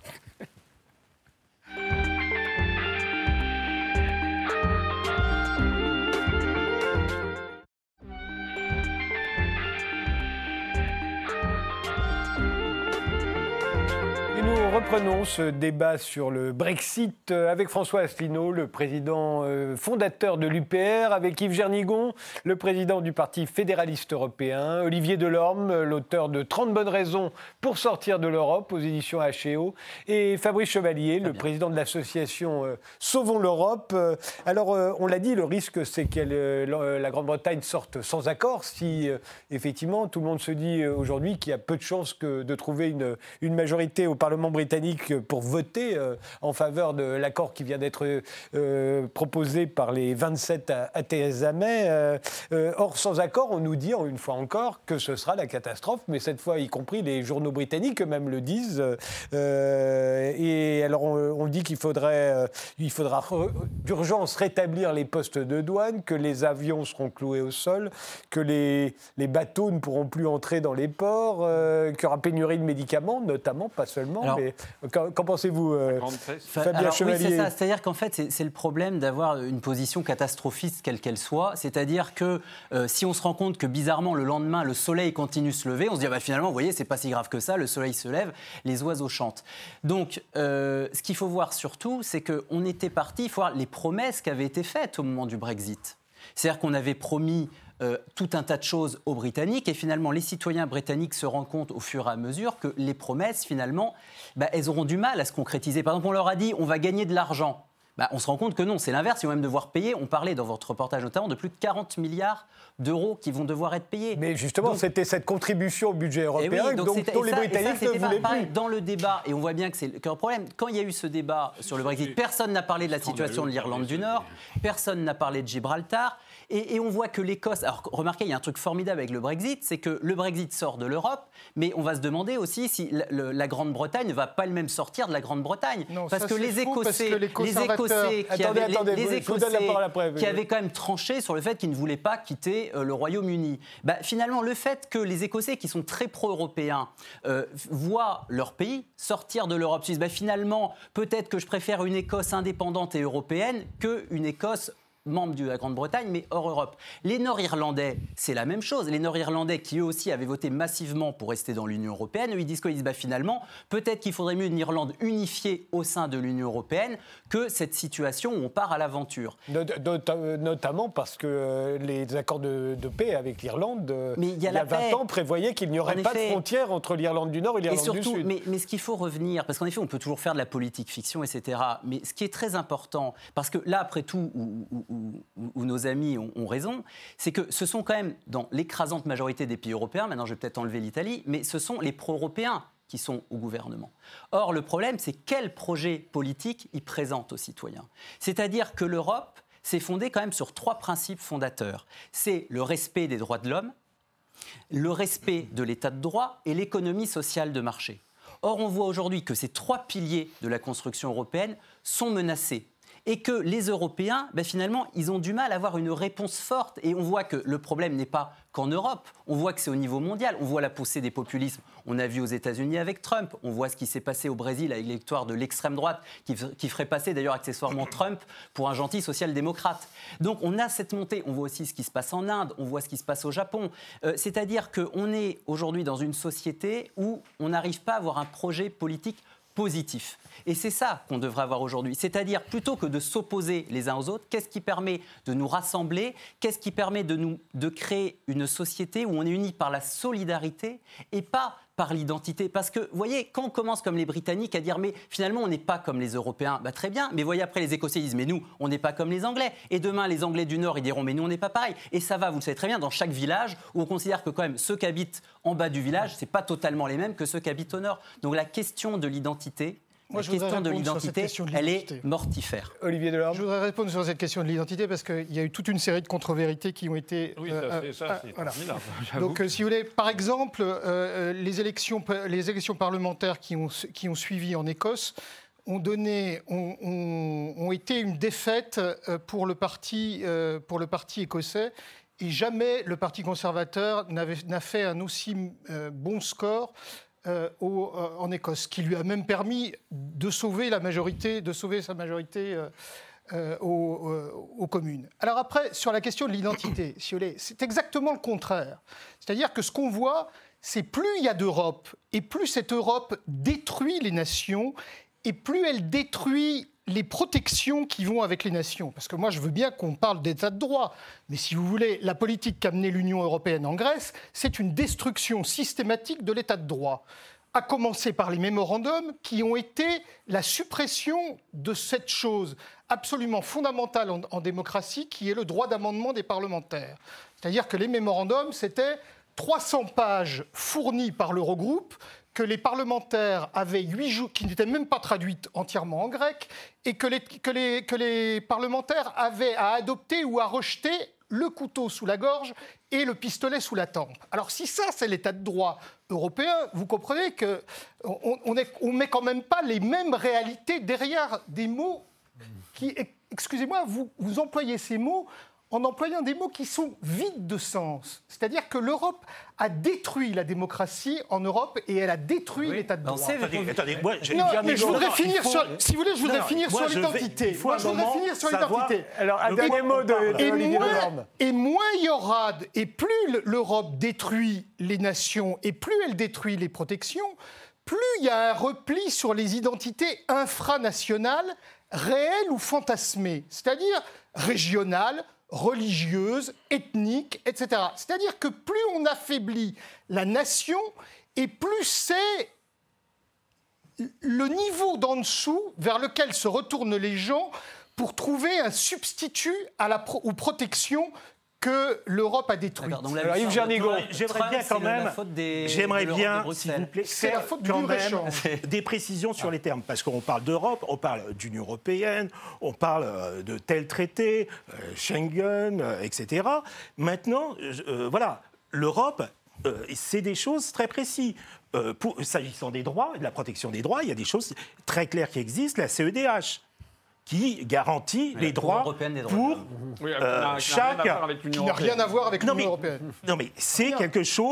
Nous reprenons ce débat sur le Brexit avec François Asselineau, le président fondateur de l'U P R, avec Yves Jernigon, le président du Parti fédéraliste européen, Olivier Delorme, l'auteur de trente bonnes raisons pour sortir de l'Europe aux éditions H et O, et Fabrice Chevalier, le président de l'association Sauvons l'Europe. Alors, on l'a dit, le risque, c'est que la Grande-Bretagne sorte sans accord, si effectivement tout le monde se dit aujourd'hui qu'il y a peu de chances que de trouver une, une majorité au Parlement britannique pour voter euh, en faveur de l'accord qui vient d'être euh, proposé par les vingt-sept à, à Theresa May. Euh, euh, or, sans accord, on nous dit, une fois encore, que ce sera la catastrophe, mais cette fois, y compris les journaux britanniques eux-mêmes le disent. Euh, et alors, on, on dit qu'il faudrait, euh, il faudra re, d'urgence rétablir les postes de douane, que les avions seront cloués au sol, que les, les bateaux ne pourront plus entrer dans les ports, euh, qu'il y aura pénurie de médicaments, notamment, pas seulement. Alors, mais qu'en, qu'en pensez-vous, euh, Fabien alors, Chevalier ? Oui, c'est ça. C'est-à-dire qu'en fait, c'est, c'est le problème d'avoir une position catastrophiste, quelle qu'elle soit. C'est-à-dire que euh, si on se rend compte que, bizarrement, le lendemain, le soleil continue de se lever, on se dit, ah bah, finalement, vous voyez, c'est pas si grave que ça, le soleil se lève, les oiseaux chantent. Donc, euh, ce qu'il faut voir surtout, c'est qu'on était parti, il faut voir les promesses qui avaient été faites au moment du Brexit. C'est-à-dire qu'on avait promis euh, tout un tas de choses aux Britanniques et finalement les citoyens britanniques se rendent compte au fur et à mesure que les promesses finalement, bah, elles auront du mal à se concrétiser. Par exemple, on leur a dit on va gagner de l'argent. Bah, on se rend compte que non, c'est l'inverse, ils vont même devoir payer. On parlait dans votre reportage notamment de plus de quarante milliards d'euros qui vont devoir être payés. Mais justement, donc, c'était cette contribution au budget européen oui, donc dont, dont les Britanniques ça, ne voulaient pareil, plus. Dans le débat, et on voit bien que c'est le problème, quand il y a eu ce débat sur le Brexit, personne n'a parlé de la situation de l'Irlande du Nord, personne n'a parlé de Gibraltar, et, et on voit que l'Écosse... Alors remarquez, il y a un truc formidable avec le Brexit, c'est que le Brexit sort de l'Europe, mais on va se demander aussi si la, le, la Grande-Bretagne ne va pas elle-même sortir de la Grande-Bretagne. Non, parce, ça, que les Écossais, parce que les les Écossais qui attendez, avaient, attendez, les, les Écossais après, qui avaient quand même tranché sur le fait qu'ils ne voulaient pas quitter euh, le Royaume-Uni. Bah, finalement, le fait que les Écossais, qui sont très pro-européens, euh, voient leur pays sortir de l'Europe suisse, bah, finalement, peut-être que je préfère une Écosse indépendante et européenne qu'une Écosse membres de la Grande-Bretagne, mais hors Europe. Les Nord-Irlandais, c'est la même chose. Les Nord-Irlandais qui, eux aussi, avaient voté massivement pour rester dans l'Union européenne, eux, ils disent quoi? Ils disent bah, finalement, peut-être qu'il faudrait mieux une Irlande unifiée au sein de l'Union européenne que cette situation où on part à l'aventure. Not- not- notamment parce que les accords de, de paix avec l'Irlande, Mais il y a, il y a la vingt paix. ans, prévoyaient qu'il n'y aurait En pas effet. de frontière entre l'Irlande du Nord et Et l'Irlande surtout, du Sud. mais, mais ce qu'il faut revenir, parce qu'en effet, on peut toujours faire de la politique fiction, et cetera. Mais ce qui est très important, parce que là, après tout, où, où- où- où nos amis ont, ont raison, c'est que ce sont quand même, dans l'écrasante majorité des pays européens, maintenant je vais peut-être enlever l'Italie, mais ce sont les pro-européens qui sont au gouvernement. Or, le problème, c'est quel projet politique ils présentent aux citoyens. C'est-à-dire que l'Europe s'est fondée quand même sur trois principes fondateurs. C'est le respect des droits de l'homme, le respect de l'état de droit et l'économie sociale de marché. Or, on voit aujourd'hui que ces trois piliers de la construction européenne sont menacés. Et que les Européens, ben finalement, ils ont du mal à avoir une réponse forte. Et on voit que le problème n'est pas qu'en Europe, on voit que c'est au niveau mondial. On voit la poussée des populismes. On a vu aux États-Unis avec Trump. On voit ce qui s'est passé au Brésil avec l'électoire de l'extrême droite, qui, qui ferait passer d'ailleurs accessoirement Trump pour un gentil social-démocrate. Donc on a cette montée. On voit aussi ce qui se passe en Inde. On voit ce qui se passe au Japon. Euh, c'est-à-dire qu'on est aujourd'hui dans une société où on n'arrive pas à avoir un projet politique positif. Et c'est ça qu'on devrait avoir aujourd'hui. C'est-à-dire, plutôt que de s'opposer les uns aux autres, qu'est-ce qui permet de nous rassembler? Qu'est-ce qui permet de, nous, de créer une société où on est unis par la solidarité et pas par l'identité? Parce que, vous voyez, quand on commence comme les Britanniques à dire « mais finalement, on n'est pas comme les Européens », bah, très bien, mais voyez, après, les Écossais disent « mais nous, on n'est pas comme les Anglais ». Et demain, les Anglais du Nord, ils diront « mais nous, on n'est pas pareil ». Et ça va, vous le savez très bien, dans chaque village, où on considère que quand même ceux qui habitent en bas du village, c'est pas totalement les mêmes que ceux qui habitent au Nord. Donc la question de l'identité, Moi, la je voudrais question de répondre sur cette l'identité, question de elle l'identité. est mortifère. Olivier Delorme. Je voudrais répondre sur cette question de l'identité parce qu'il y a eu toute une série de contre-vérités qui ont été... Oui, ça, euh, c'est, ça, euh, c'est voilà. formidable, j'avoue. Donc, euh, si vous voulez, par exemple, euh, les, élections, les élections parlementaires qui ont, qui ont suivi en Écosse ont, donné, ont, ont, ont été une défaite euh, pour, le parti, euh, pour le parti écossais. Et jamais le Parti conservateur n'avait, n'a fait un aussi euh, bon score euh, au, euh, en Écosse, qui lui a même permis de sauver la majorité, de sauver sa majorité euh, euh, aux, euh, aux communes. Alors après, sur la question de l'identité, si vous voulez, c'est exactement le contraire. C'est-à-dire que ce qu'on voit, c'est plus il y a d'Europe, et plus cette Europe détruit les nations, et plus elle détruit les protections qui vont avec les nations. Parce que moi, je veux bien qu'on parle d'état de droit, mais si vous voulez, la politique qu'a menée l'Union européenne en Grèce, c'est une destruction systématique de l'état de droit, à commencer par les mémorandums qui ont été la suppression de cette chose absolument fondamentale en, en démocratie, qui est le droit d'amendement des parlementaires. C'est-à-dire que les mémorandums, c'était trois cents pages fournies par l'Eurogroupe, que les parlementaires avaient huit jours, qui n'étaient même pas traduites entièrement en grec, et que les, que, les, que les parlementaires avaient à adopter ou à rejeter le couteau sous la gorge et le pistolet sous la tempe. Alors si ça, c'est l'état de droit européen, vous comprenez qu'on on est, on met quand même pas les mêmes réalités derrière des mots qui, excusez-moi, vous, vous employez ces mots en employant des mots qui sont vides de sens. C'est-à-dire que l'Europe a détruit la démocratie en Europe et elle a détruit oui. l'état de droit. Attendez, attendez, moi, je, non, mais je voudrais non, finir faut... sur... Si vous voulez, je voudrais non, finir sur l'identité. Il faut moi, un je voudrais moment finir sur savoir... l'identité. Alors, un dernier mot de, de et, Olivier moins, Delorme. et moins il y aura... Et plus l'Europe détruit les nations et plus elle détruit les protections, plus il y a un repli sur les identités infranationales, réelles ou fantasmées, c'est-à-dire régionales, religieuses, ethniques, et cetera. C'est-à-dire que plus on affaiblit la nation, et plus c'est le niveau d'en dessous vers lequel se retournent les gens pour trouver un substitut à la pro- aux protections que l'Europe a détruites. Alors Yves Jernigon, j'aimerais bien quand même, des, j'aimerais de bien, de s'il vous plaît, c'est la faute quand du même échange. des précisions sur les termes, parce qu'on parle d'Europe, on parle d'Union européenne, on parle de tel traité, euh, Schengen, euh, et cetera. Maintenant, euh, voilà, l'Europe, euh, c'est des choses très précises. Euh, pour, s'agissant des droits, de la protection des droits, il y a des choses très claires qui existent, la C E D H. Qui garantit les droits pour oui, euh, chaque... Qui Qui n'a rien à voir avec non, l'Union mais, européenne. Non mais c'est quelque chose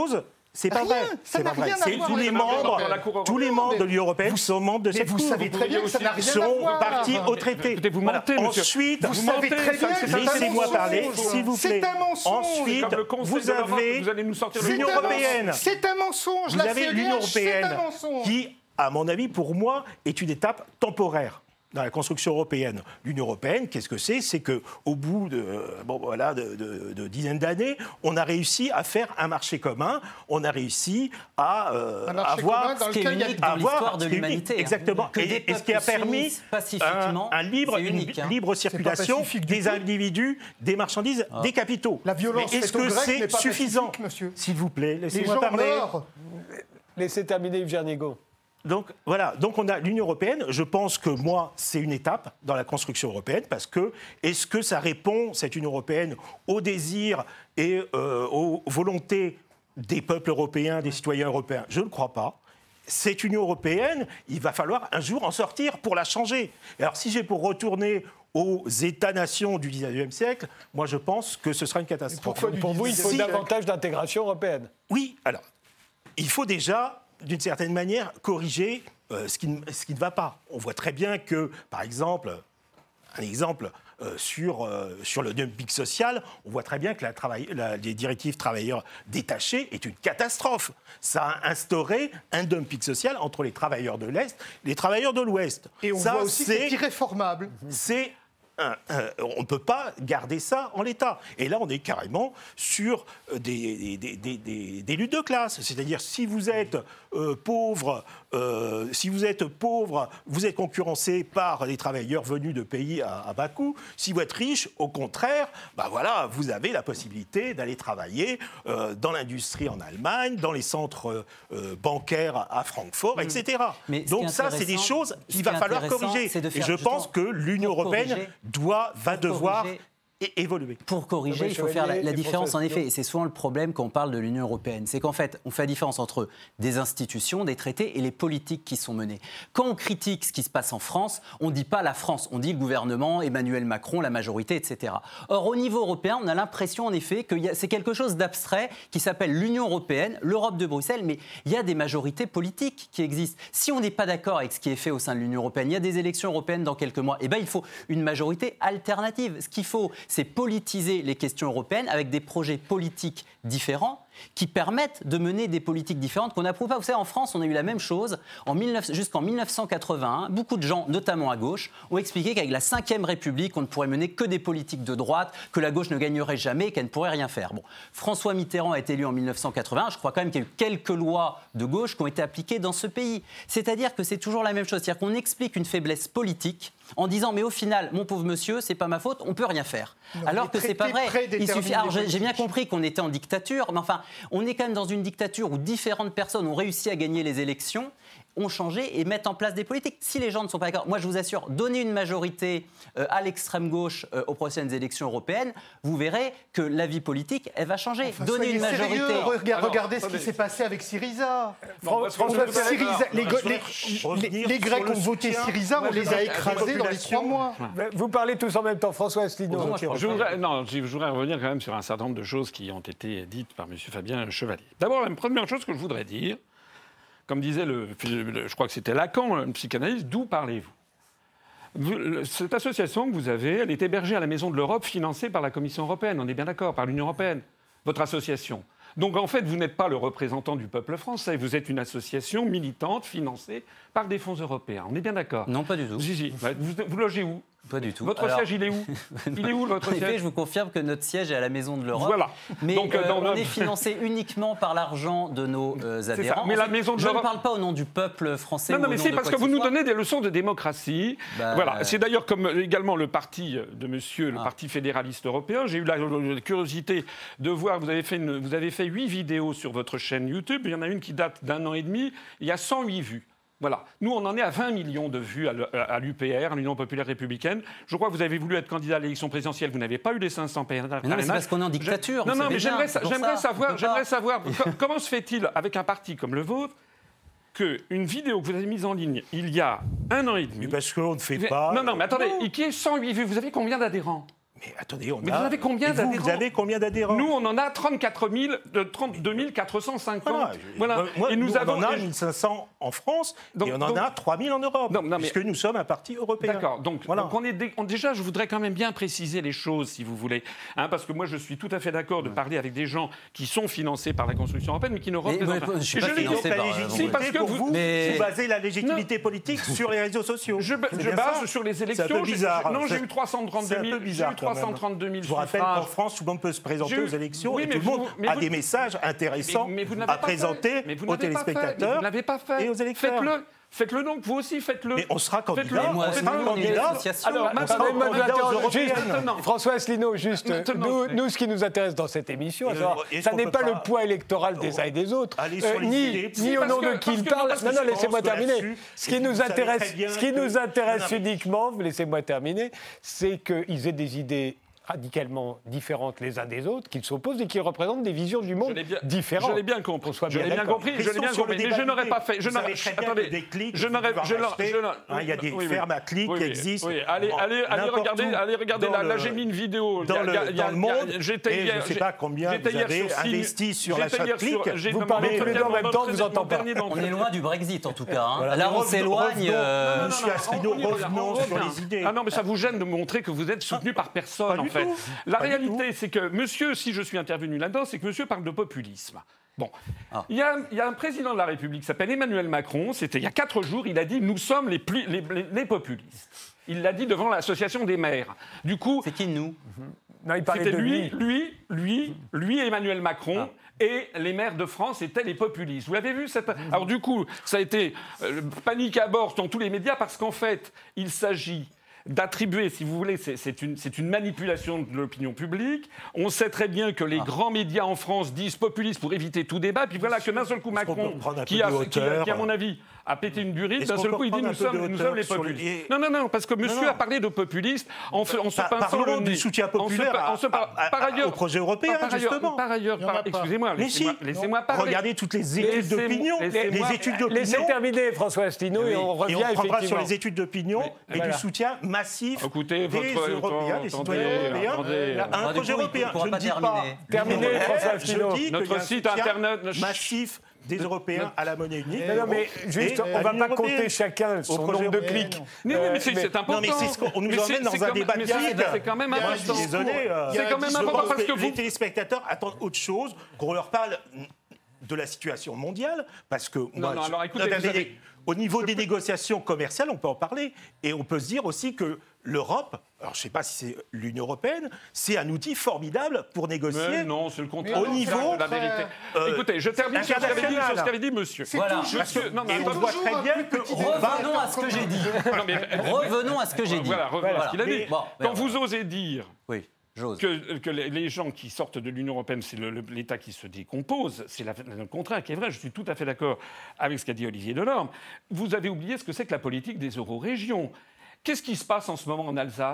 C'est pas Rien, vrai. ça C'est n'a pas vrai. rien à C'est voir tous avec les la Cour membres, européenne. tous les membres de l'Union européenne sont membres de Mais cette vous Cour. savez très bien que ça n'a rien à sont voir. partis au traité. Écoutez, vous Voilà. mentez, monsieur. Ensuite, Vous savez très bien que c'est un laissez-moi mensonge. parler, s'il vous plaît. C'est un mensonge. Ensuite, Comme le Conseil vous de l'Europe, avez vous allez nous sortir le l'Union C'est un européenne. mensonge. C'est un mensonge. Vous La avez C E D H, l'Union c'est européenne un mensonge. qui, à mon avis, pour moi, est une étape temporaire dans la construction européenne. L'Union européenne, qu'est-ce que c'est? C'est qu'au bout de, bon, voilà, de, de, de dizaines d'années, on a réussi à faire un marché commun, on a réussi à euh, Un marché avoir commun dans Ce qui est lequel il y a unique dans avoir- l'histoire de ce qui est unique, l'humanité. hein. exactement. Que Et- des et ce qui a peuples permis s'unissent pacifiquement, un, un libre, c'est unique, une hein. libre circulation pacifique du des tout. individus, des marchandises, Ah. des capitaux. La violence Mais est-ce faite aux que Grecs n'est c'est pas suffisant? pacifique, monsieur. S'il vous plaît, Les laissez-moi gens parler. meurent. Laissez terminer Yves Jernigo. Donc voilà, donc on a l'Union européenne. Je pense que moi, c'est une étape dans la construction européenne parce que est-ce que ça répond, cette Union européenne, aux désirs et euh, aux volontés des peuples européens, des citoyens européens? Je ne crois pas. Cette Union européenne, il va falloir un jour en sortir pour la changer. Et alors si j'ai pour retourner aux États-nations du dix-neuvième siècle, moi je pense que ce sera une catastrophe. Pourquoi, pour vous, il faut Si- davantage d'intégration européenne? Oui, alors, il faut déjà, d'une certaine manière, corriger euh, ce, qui ne, ce qui ne va pas. On voit très bien que, par exemple, un exemple euh, sur, euh, sur le dumping social, on voit très bien que la, travail, la les directives travailleurs détachés est une catastrophe. Ça a instauré un dumping social entre les travailleurs de l'Est et les travailleurs de l'Ouest. Et on Ça, voit aussi que c'est c'est irréformable. c'est un- un- on ne peut pas garder ça en l'état. Et là, on est carrément sur des, des- des- des- des luttes de classe. C'est-à-dire, si vous êtes euh, pauvre, euh, si vous êtes pauvre, vous êtes concurrencé par des travailleurs venus de pays à, à bas coût. Si vous êtes riche, au contraire, bah voilà, vous avez la possibilité d'aller travailler euh, dans l'industrie en Allemagne, dans les centres euh, bancaires à Francfort, Mm. et cetera. Mais ce qui Donc est ça, c'est des intéressant- choses ce qu'il qui va est falloir intéressant, corriger. c'est de Et faire je pense justement, que l'Union pour européenne corriger- doit, va pour devoir corriger- é- évoluer. Pour corriger, il faut faire la, la différence, en effet, et c'est souvent le problème quand on parle de l'Union européenne, c'est qu'en fait, on fait la différence entre des institutions, des traités et les politiques qui sont menées. Quand on critique ce qui se passe en France, on ne dit pas la France, on dit le gouvernement, Emmanuel Macron, la majorité, et cetera. Or, au niveau européen, on a l'impression, en effet, que y a- c'est quelque chose d'abstrait qui s'appelle l'Union européenne, l'Europe de Bruxelles, mais il y a des majorités politiques qui existent. Si on n'est pas d'accord avec ce qui est fait au sein de l'Union européenne, il y a des élections européennes dans quelques mois, et ben il faut une majorité alternative. Ce qu'il faut, c'est politiser les questions européennes avec des projets politiques différents qui permettent de mener des politiques différentes qu'on n'approuve pas. Vous savez, en France, on a eu la même chose en dix-neuf jusqu'en mille neuf cent quatre-vingt-un. Beaucoup de gens, notamment à gauche, ont expliqué qu'avec la cinquième République, on ne pourrait mener que des politiques de droite, que la gauche ne gagnerait jamais et qu'elle ne pourrait rien faire. Bon, François Mitterrand a été élu en mille neuf cent quatre-vingt-un. Je crois quand même qu'il y a eu quelques lois de gauche qui ont été appliquées dans ce pays. C'est-à-dire que c'est toujours la même chose. C'est-à-dire qu'on explique une faiblesse politique en disant mais au final, mon pauvre monsieur, c'est pas ma faute, on peut rien faire. Non, Alors les que c'est pas traités vrai. Il prédéterminent suffit. Alors les j'ai j'ai bien politiques. compris qu'on était en dictature, mais enfin, on est quand même dans une dictature où différentes personnes ont réussi à gagner les élections, ont changé et mettent en place des politiques. Si les gens ne sont pas d'accord, moi je vous assure, donner une majorité euh, à l'extrême gauche euh, aux prochaines élections européennes, vous verrez que la vie politique, elle va changer. Enfin, donner soyez une majorité. sérieux, regardez, Alors, regardez ce attendez. qui s'est passé avec Syriza. Bon, parce qu'on Syriza- se- Syriza- les, Non, Go- je voudrais les- revenir les- les sur Grecs le ont voté soutien. Syriza, Moi, on les je a veux écrasés dans les population. trois mois. Vous parlez tous en même temps. François Asselineau. Non, moi, je Je voudrais, non, je voudrais revenir quand même sur un certain nombre de choses qui ont été dites par M. Fabien Chevalier. D'abord, la première chose que je voudrais dire, comme disait, le, le- je crois que c'était Lacan, le psychanalyste, d'où parlez-vous? Vous- le- Cette association que vous avez, elle est hébergée à la Maison de l'Europe, financée par la Commission européenne, on est bien d'accord, par l'Union européenne, votre association. Donc en fait, vous n'êtes pas le représentant du peuple français, vous êtes une association militante, financée par des fonds européens. On est bien d'accord? Non, pas du tout. Si, si. Vous, vous logez où? Pas du tout. Votre Alors- siège, il est où? Il est où, votre En effet, siège? je vous confirme que notre siège est à la Maison de l'Europe. Voilà. Mais Donc, euh, dans on notre- est financé uniquement par l'argent de nos euh, ça. adhérents. Mais la Ensuite, Maison de je ne l'Europe- parle pas au nom du peuple français. Non, ou non, au mais nom c'est de parce quoi que vous ce nous soit. donnez des leçons de démocratie. Bah, voilà. euh, C'est d'ailleurs comme également le parti de monsieur, le Ah. Parti fédéraliste européen. J'ai eu la, la curiosité de voir, vous avez fait une- vous avez fait huit vidéos sur votre chaîne YouTube. Il y en a une qui date d'un an et demi. Il y a cent huit vues. Voilà. Nous, on en est à vingt millions de vues à le- à l'U P R, l'Union populaire républicaine. Je crois que vous avez voulu être candidat à l'élection présidentielle. Vous n'avez pas eu les cinq cents parrainages. Mais non, mais c'est parce qu'on est en dictature. Non, vous non, savez mais bien, j'aimerais c'est sa- pour j'aimerais ça. On savoir, peut j'aimerais pas. savoir co- comment se fait-il, avec un parti comme le vôtre, qu'une vidéo que vous avez mise en ligne il y a un an et demi. Mais parce qu'on ne fait Mais- pas. Non, non, mais attendez, et qui est cent huit vues, vous avez combien d'adhérents? Mais attendez, on Mais a... vous avez combien Et vous, d'adhérents vous avez combien d'adhérents? Nous, on en a trente-quatre mille, de trente-deux mille quatre cent cinquante. Voilà. Voilà. Moi, et nous, nous avons... on en a mille cinq cents en France donc, et on en donc... a trois mille en Europe, non, non, mais... puisque nous sommes un parti européen. D'accord. Donc, voilà. donc on est dé... on... déjà, je voudrais quand même bien préciser les choses, si vous voulez. Hein, parce que moi, je suis tout à fait d'accord de parler avec des gens qui sont financés par la construction européenne, mais qui ne représentent pas. Je suis pas financé par... Si, parce que vous, vous, mais... vous basez la légitimité non. politique sur les réseaux sociaux. Je, je base ça. sur les élections. C'est un peu bizarre. Non, j'ai eu trois cent trente-deux mille. J'ai eu trois cent trente-deux mille. Je vous rappelle qu'en France, tout le monde peut se présenter aux élections oui, et tout le monde vous, a vous, des messages intéressants mais, mais à présenter aux téléspectateurs vous n'avez pas fait. et aux électeurs. Faites-le. Faites-le donc, vous aussi, faites-le. Mais on sera candidat. Moi, on sera candidat. Alors, François Asselineau, juste, nous, nous, ce qui nous intéresse dans cette émission, euh, ça n'est pas, pas le poids électoral des uns et des autres, euh, ni, ni au nom de qui il parle. Non, non, laissez-moi terminer. Ce qui nous intéresse, ce qui nous intéresse uniquement, laissez-moi terminer, c'est qu'ils aient des idées radicalement différentes les uns des autres, qu'ils s'opposent et qu'ils représentent des visions du monde bien, différentes. Je l'ai bien compris. Je l'ai bien compris. Je l'ai bien compris. Mais je n'aurais pas fait. Je n'aurais. Attendez. Des clics. Je n'aurais. Je Il y a des fermes à clics qui existent. Allez, allez, allez regarder. Allez regarder. Là, j'ai mis une vidéo. Dans le monde. J'étais hier. Je ne sais pas combien vous avez investi sur l'achat de clics. Vous parlez tous les deux en même temps, vous entendez pas. On est loin du Brexit en tout cas. Là, on s'éloigne. Monsieur Asselineau, revenons sur les idées. Ah non, mais ça vous gêne de montrer que vous êtes soutenu par personne en fait. La réalité, c'est que monsieur, si je suis intervenu là-dedans, c'est que monsieur parle de populisme. Bon, ah. il, y a, il y a un président de la République qui s'appelle Emmanuel Macron, c'était il y a quatre jours, il a dit « nous sommes les, plus, les, les, les populistes ». Il l'a dit devant l'association des maires. Du coup... C'est qui nous? Non, il parlait C'était de lui, lui, lui, lui et Emmanuel Macron. Ah. Et les maires de France étaient les populistes. Vous l'avez vu cette... Alors du coup, ça a été euh, panique à bord dans tous les médias parce qu'en fait, il s'agit... d'attribuer, si vous voulez, c'est, c'est, une, c'est une manipulation de l'opinion publique. On sait très bien que les ah. grands médias en France disent populiste pour éviter tout débat. Puis voilà que d'un seul coup, Macron, qui a, qui, a, qui, à mon avis, a pété une durite, d'un seul coup, il dit nous sommes, nous sommes les populistes. Les... Non, non, non, parce que monsieur non, non. a parlé de populisme en, en se pinçant le nez. Du soutien populaire en se, en se, à, à, par ailleurs, au projet européen, par ailleurs, justement. Par ailleurs, par, excusez-moi, laissez-moi, si, laissez-moi parler. Regardez toutes les études d'opinion. Les études d'opinion. Laissez terminer, François Asselineau, et on revient effectivement. Et on prendra sur les études d'opinion et du soutien massif des Européens, des citoyens européens à un projet européen. Je ne dis pas terminer, François Asselineau. Notre site internet massif des Européens à la monnaie unique. Non, mais juste, on ne va pas compter chacun son nombre de clics. Mais c'est important. Non, mais c'est ce qu'on nous emmène dans un débat public. C'est quand même important. Désolé. C'est quand même important parce que les téléspectateurs attendent autre chose, qu'on leur parle de la situation mondiale, parce que non, non, alors écoutez, vous avez... au niveau des négociations commerciales, on peut en parler, et on peut se dire aussi que l'Europe, alors je ne sais pas si c'est l'Union européenne, c'est un outil formidable pour négocier. Mais non, c'est le contraire. Au niveau de la vérité. Euh, Écoutez, je termine sur ce qu'avait dit, sur ce qu'avait dit monsieur. Voilà. Monsieur, non, mais et on voit très bien que revenons à ce que j'ai dit. Non, mais... revenons à ce que j'ai dit. Voilà, revenons à ce qu'il a dit. Bon, Quand vous osez dire. Oui. Que, que les gens qui sortent de l'Union européenne, c'est le, le, l'État qui se décompose, c'est la, le contraire qui est vrai. Je suis tout à fait d'accord avec ce qu'a dit Olivier Delorme. Vous avez oublié ce que c'est que la politique des euro-régions. Qu'est-ce qui se passe en ce moment en Alsace ?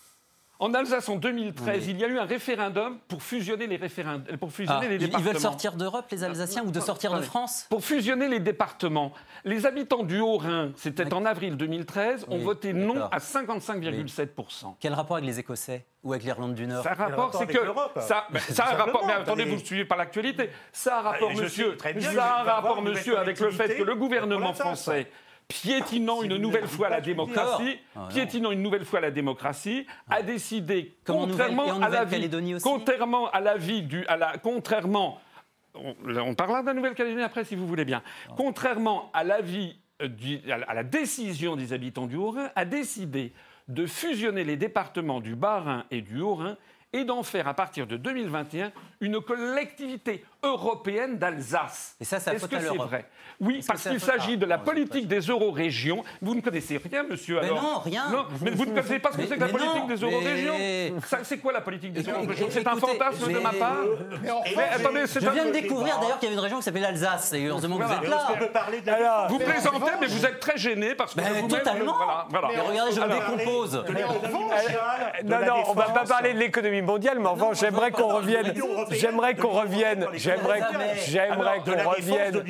En Alsace, en deux mille treize, oui. il y a eu un référendum pour fusionner les, référend... pour fusionner ah, les départements. Ils veulent sortir d'Europe, les Alsaciens, ou de sortir de France ? Pour fusionner les départements. Les habitants du Haut-Rhin, c'était oui. en avril deux mille treize, ont oui, voté non d'accord. à cinquante-cinq virgule sept pour cent. Oui. Quel rapport avec les Écossais ? Ou avec l'Irlande du Nord? Ça a rapport, c'est que ça, ben, ça a un rapport. Mais attendez, vous ne suivez pas l'actualité. Ça a un rapport, monsieur. Ça a un rapport, monsieur, avec le fait que le gouvernement français, piétinant une nouvelle fois la démocratie, piétinant une nouvelle fois la démocratie, a décidé, contrairement à la vie, contrairement à la vie du, à la, contrairement, on, on parlera de la Nouvelle-Calédonie après, si vous voulez bien, contrairement à l'avis, à la décision des habitants du Haut-Rhin, a décidé de fusionner les départements du Bas-Rhin et du Haut-Rhin et d'en faire, à partir de deux mille vingt et un, une collectivité européenne d'Alsace. Et ça, ça Est-ce que c'est l'Europe. vrai? Oui, Est-ce parce qu'il s'agit de la politique des euro-régions. Vous ne connaissez rien, monsieur, mais alors? Non, rien. Non, mais vous ne connaissez pas ce que mais, c'est que la politique non, des euro-régions mais... C'est quoi la politique des euro-régions? C'est écoutez, un fantasme mais... de ma part mais enfin, mais attendez, c'est Je viens un... de découvrir d'ailleurs qu'il y avait une région qui s'appelait l'Alsace. Et heureusement que vous êtes là. On peut parler de la... Vous plaisantez, mais vous êtes très gêné parce que vous-même... Totalement. Voilà. Mais regardez, je me décompose. Non, non, on ne va pas parler de l'économie mondiale, mais en revanche, j'aimerais qu'on revienne. J'aimerais qu'on revienne. J'aimerais j'aimerais qu'on revienne.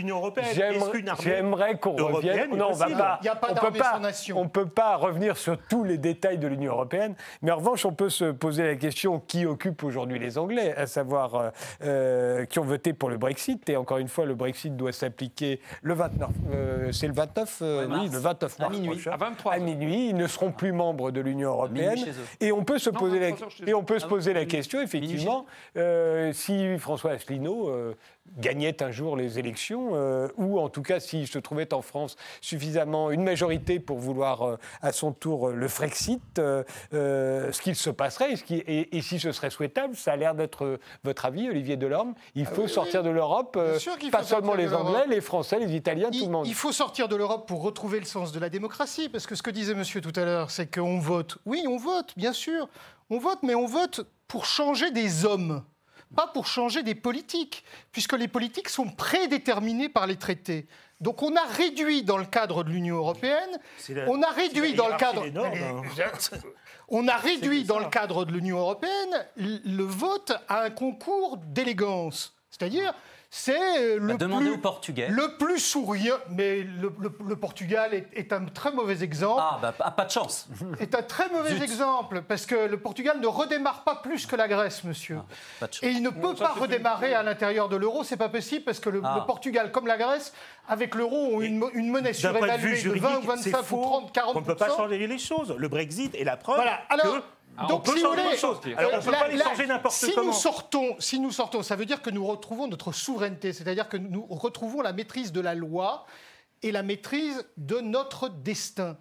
J'aimerais qu'on revienne. Non, on va pas. On peut pas. On peut pas revenir sur tous les détails de l'Union européenne, mais en revanche, on peut se poser la question qui occupe aujourd'hui les Anglais, à savoir euh, qui ont voté pour le Brexit. Et encore une fois, le Brexit doit s'appliquer le vingt-neuf. Euh, c'est le vingt-neuf. Euh, oui, le vingt-neuf mars. À minuit. Prochain, à vingt-trois. À minuit, ils ne seront plus membres de l'Union européenne. Et on peut se non, poser non, la, et on peut ah se poser oui, la question, effectivement, euh, si François Asselineau euh, gagnait un jour les élections, euh, ou en tout cas s'il se trouvait en France suffisamment une majorité pour vouloir euh, à son tour euh, le Frexit, euh, euh, ce qu'il se passerait, et, ce qui, et, et si ce serait souhaitable, ça a l'air d'être euh, votre avis, Olivier Delorme, il faut ah oui, sortir oui. de l'Europe, euh, pas seulement les Anglais, les Français, les Italiens, il, tout le monde. Il faut sortir de l'Europe pour retrouver le sens de la démocratie, parce que ce que disait monsieur tout à l'heure, c'est qu'on vote. Oui, on vote, bien sûr, on vote, mais on vote pour changer des hommes, pas pour changer des politiques, puisque les politiques sont prédéterminées par les traités. Donc on a réduit dans le cadre de l'Union européenne, la, on a réduit dans le cadre, énorme, hein. on a réduit dans le cadre de l'Union européenne le vote à un concours d'élégance, c'est-à-dire c'est le, plus, au Portugais. le plus souriant, mais le, le, le Portugal est, est un très mauvais exemple. Ah, bah, pas de chance. Est un très mauvais Zut. exemple, parce que le Portugal ne redémarre pas plus que la Grèce, monsieur. Ah, pas de chance. Et il ne peut ça, pas redémarrer à l'intérieur de l'euro, c'est pas possible, parce que le, ah. le Portugal, comme la Grèce, avec l'euro, ont une, une monnaie surévaluée de vingt, vingt-cinq ou trente, quarante pour cent. On ne peut pas changer les choses. Le Brexit est la preuve voilà. Alors, que... Ah, donc, si, Alors, on ne peut pas les changer n'importe si comment. Nous sortons, si nous sortons, ça veut dire que nous retrouvons notre souveraineté, c'est-à-dire que nous retrouvons la maîtrise de la loi et la maîtrise de notre destin.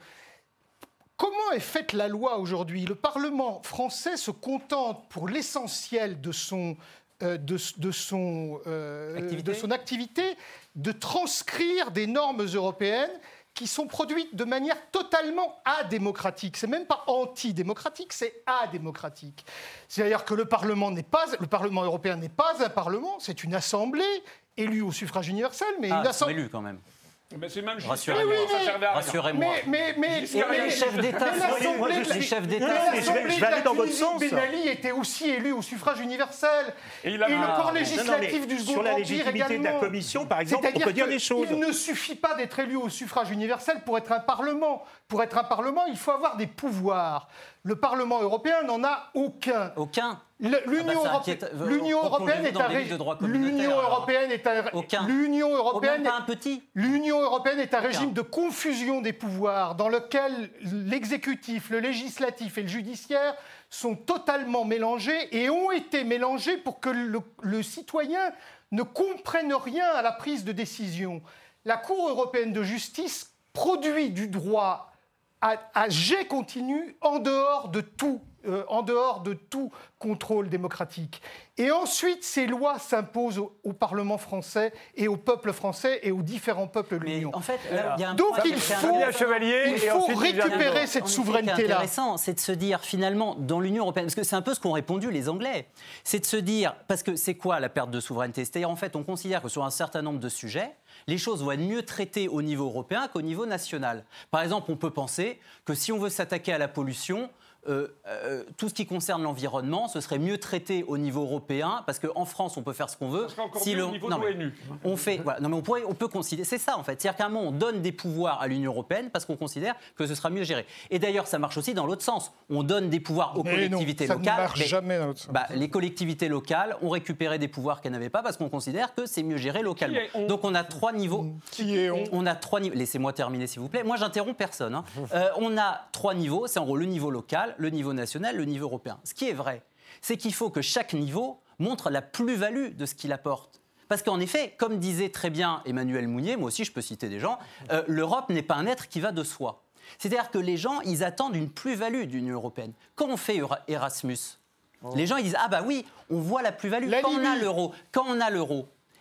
Comment est faite la loi aujourd'hui ? Le Parlement français se contente pour l'essentiel de son... Euh, de, de, son, euh, activité. de son activité de transcrire des normes européennes qui sont produites de manière totalement adémocratique. C'est même pas antidémocratique, c'est adémocratique. C'est-à-dire que le Parlement n'est pas, le Parlement européen n'est pas un parlement, c'est une assemblée élue au suffrage universel, mais ah, une assemblée élue quand même. Mais c'est même rassurez-moi. Oui, oui, ça rassurez-moi. Mais, mais, mais, mais les chefs d'État, les chefs d'État, je vais aller dans votre sens. Ben Ali était aussi élu au suffrage universel. Et, il a... et le corps législatif non, non, du Second sur la Empire légitimité également. de la Commission, par exemple, on peut dire des choses. Il ne suffit pas d'être élu au suffrage universel pour être un Parlement. Pour être un Parlement, il faut avoir des pouvoirs. Le Parlement européen n'en a aucun. Aucun. L'Union ah bah européenne est un régime. L'Union européenne est un. Aucun. L'Union européenne. Pas un petit. L'Union européenne est un régime de confusion des pouvoirs dans lequel l'exécutif, le législatif et le judiciaire sont totalement mélangés et ont été mélangés pour que le, le citoyen ne comprenne rien à la prise de décision. La Cour européenne de justice produit du droit à, à jet continu en dehors de tout. Euh, en dehors de tout contrôle démocratique. Et ensuite, ces lois s'imposent au, au Parlement français et au peuple français et aux différents peuples de l'Union. En fait, là, y a un Donc il faut, Chevalier, il faut récupérer cette souveraineté-là. Ce qui est intéressant, c'est de se dire, finalement, dans l'Union européenne, parce que c'est un peu ce qu'ont répondu les Anglais, c'est de se dire, parce que c'est quoi la perte de souveraineté ? C'est-à-dire, en fait, on considère que sur un certain nombre de sujets, les choses vont être mieux traitées au niveau européen qu'au niveau national. Par exemple, on peut penser que si on veut s'attaquer à la pollution, Euh, euh, tout ce qui concerne l'environnement, ce serait mieux traité au niveau européen, parce qu'en France, on peut faire ce qu'on veut. Ça serait encore si mieux le... au niveau non, de l'ONU. On fait, voilà, non mais on pourrait, on peut considérer, c'est ça en fait. C'est-à-dire qu'à un moment, on donne des pouvoirs à l'Union européenne parce qu'on considère que ce sera mieux géré. Et d'ailleurs, ça marche aussi dans l'autre sens. On donne des pouvoirs aux mais collectivités non, ça locales. Ne marche mais, jamais dans l'autre sens. Bah, les collectivités locales ont récupéré des pouvoirs qu'elles n'avaient pas parce qu'on considère que c'est mieux géré localement. On... Donc on a trois niveaux. Qui est on On a trois niveaux. Laissez-moi terminer, s'il vous plaît. Moi, j'interromps personne. Hein. Euh, on a trois niveaux. C'est en gros le niveau local, le niveau national, le niveau européen. Ce qui est vrai, c'est qu'il faut que chaque niveau montre la plus-value de ce qu'il apporte. Parce qu'en effet, comme disait très bien Emmanuel Mounier, moi aussi je peux citer des gens, euh, l'Europe n'est pas un être qui va de soi. C'est-à-dire que les gens, ils attendent une plus-value de l'Union européenne. Quand on fait Erasmus, oh. les gens ils disent « Ah bah oui, on voit la plus-value quand on a l'euro. Quand on a l'euro. »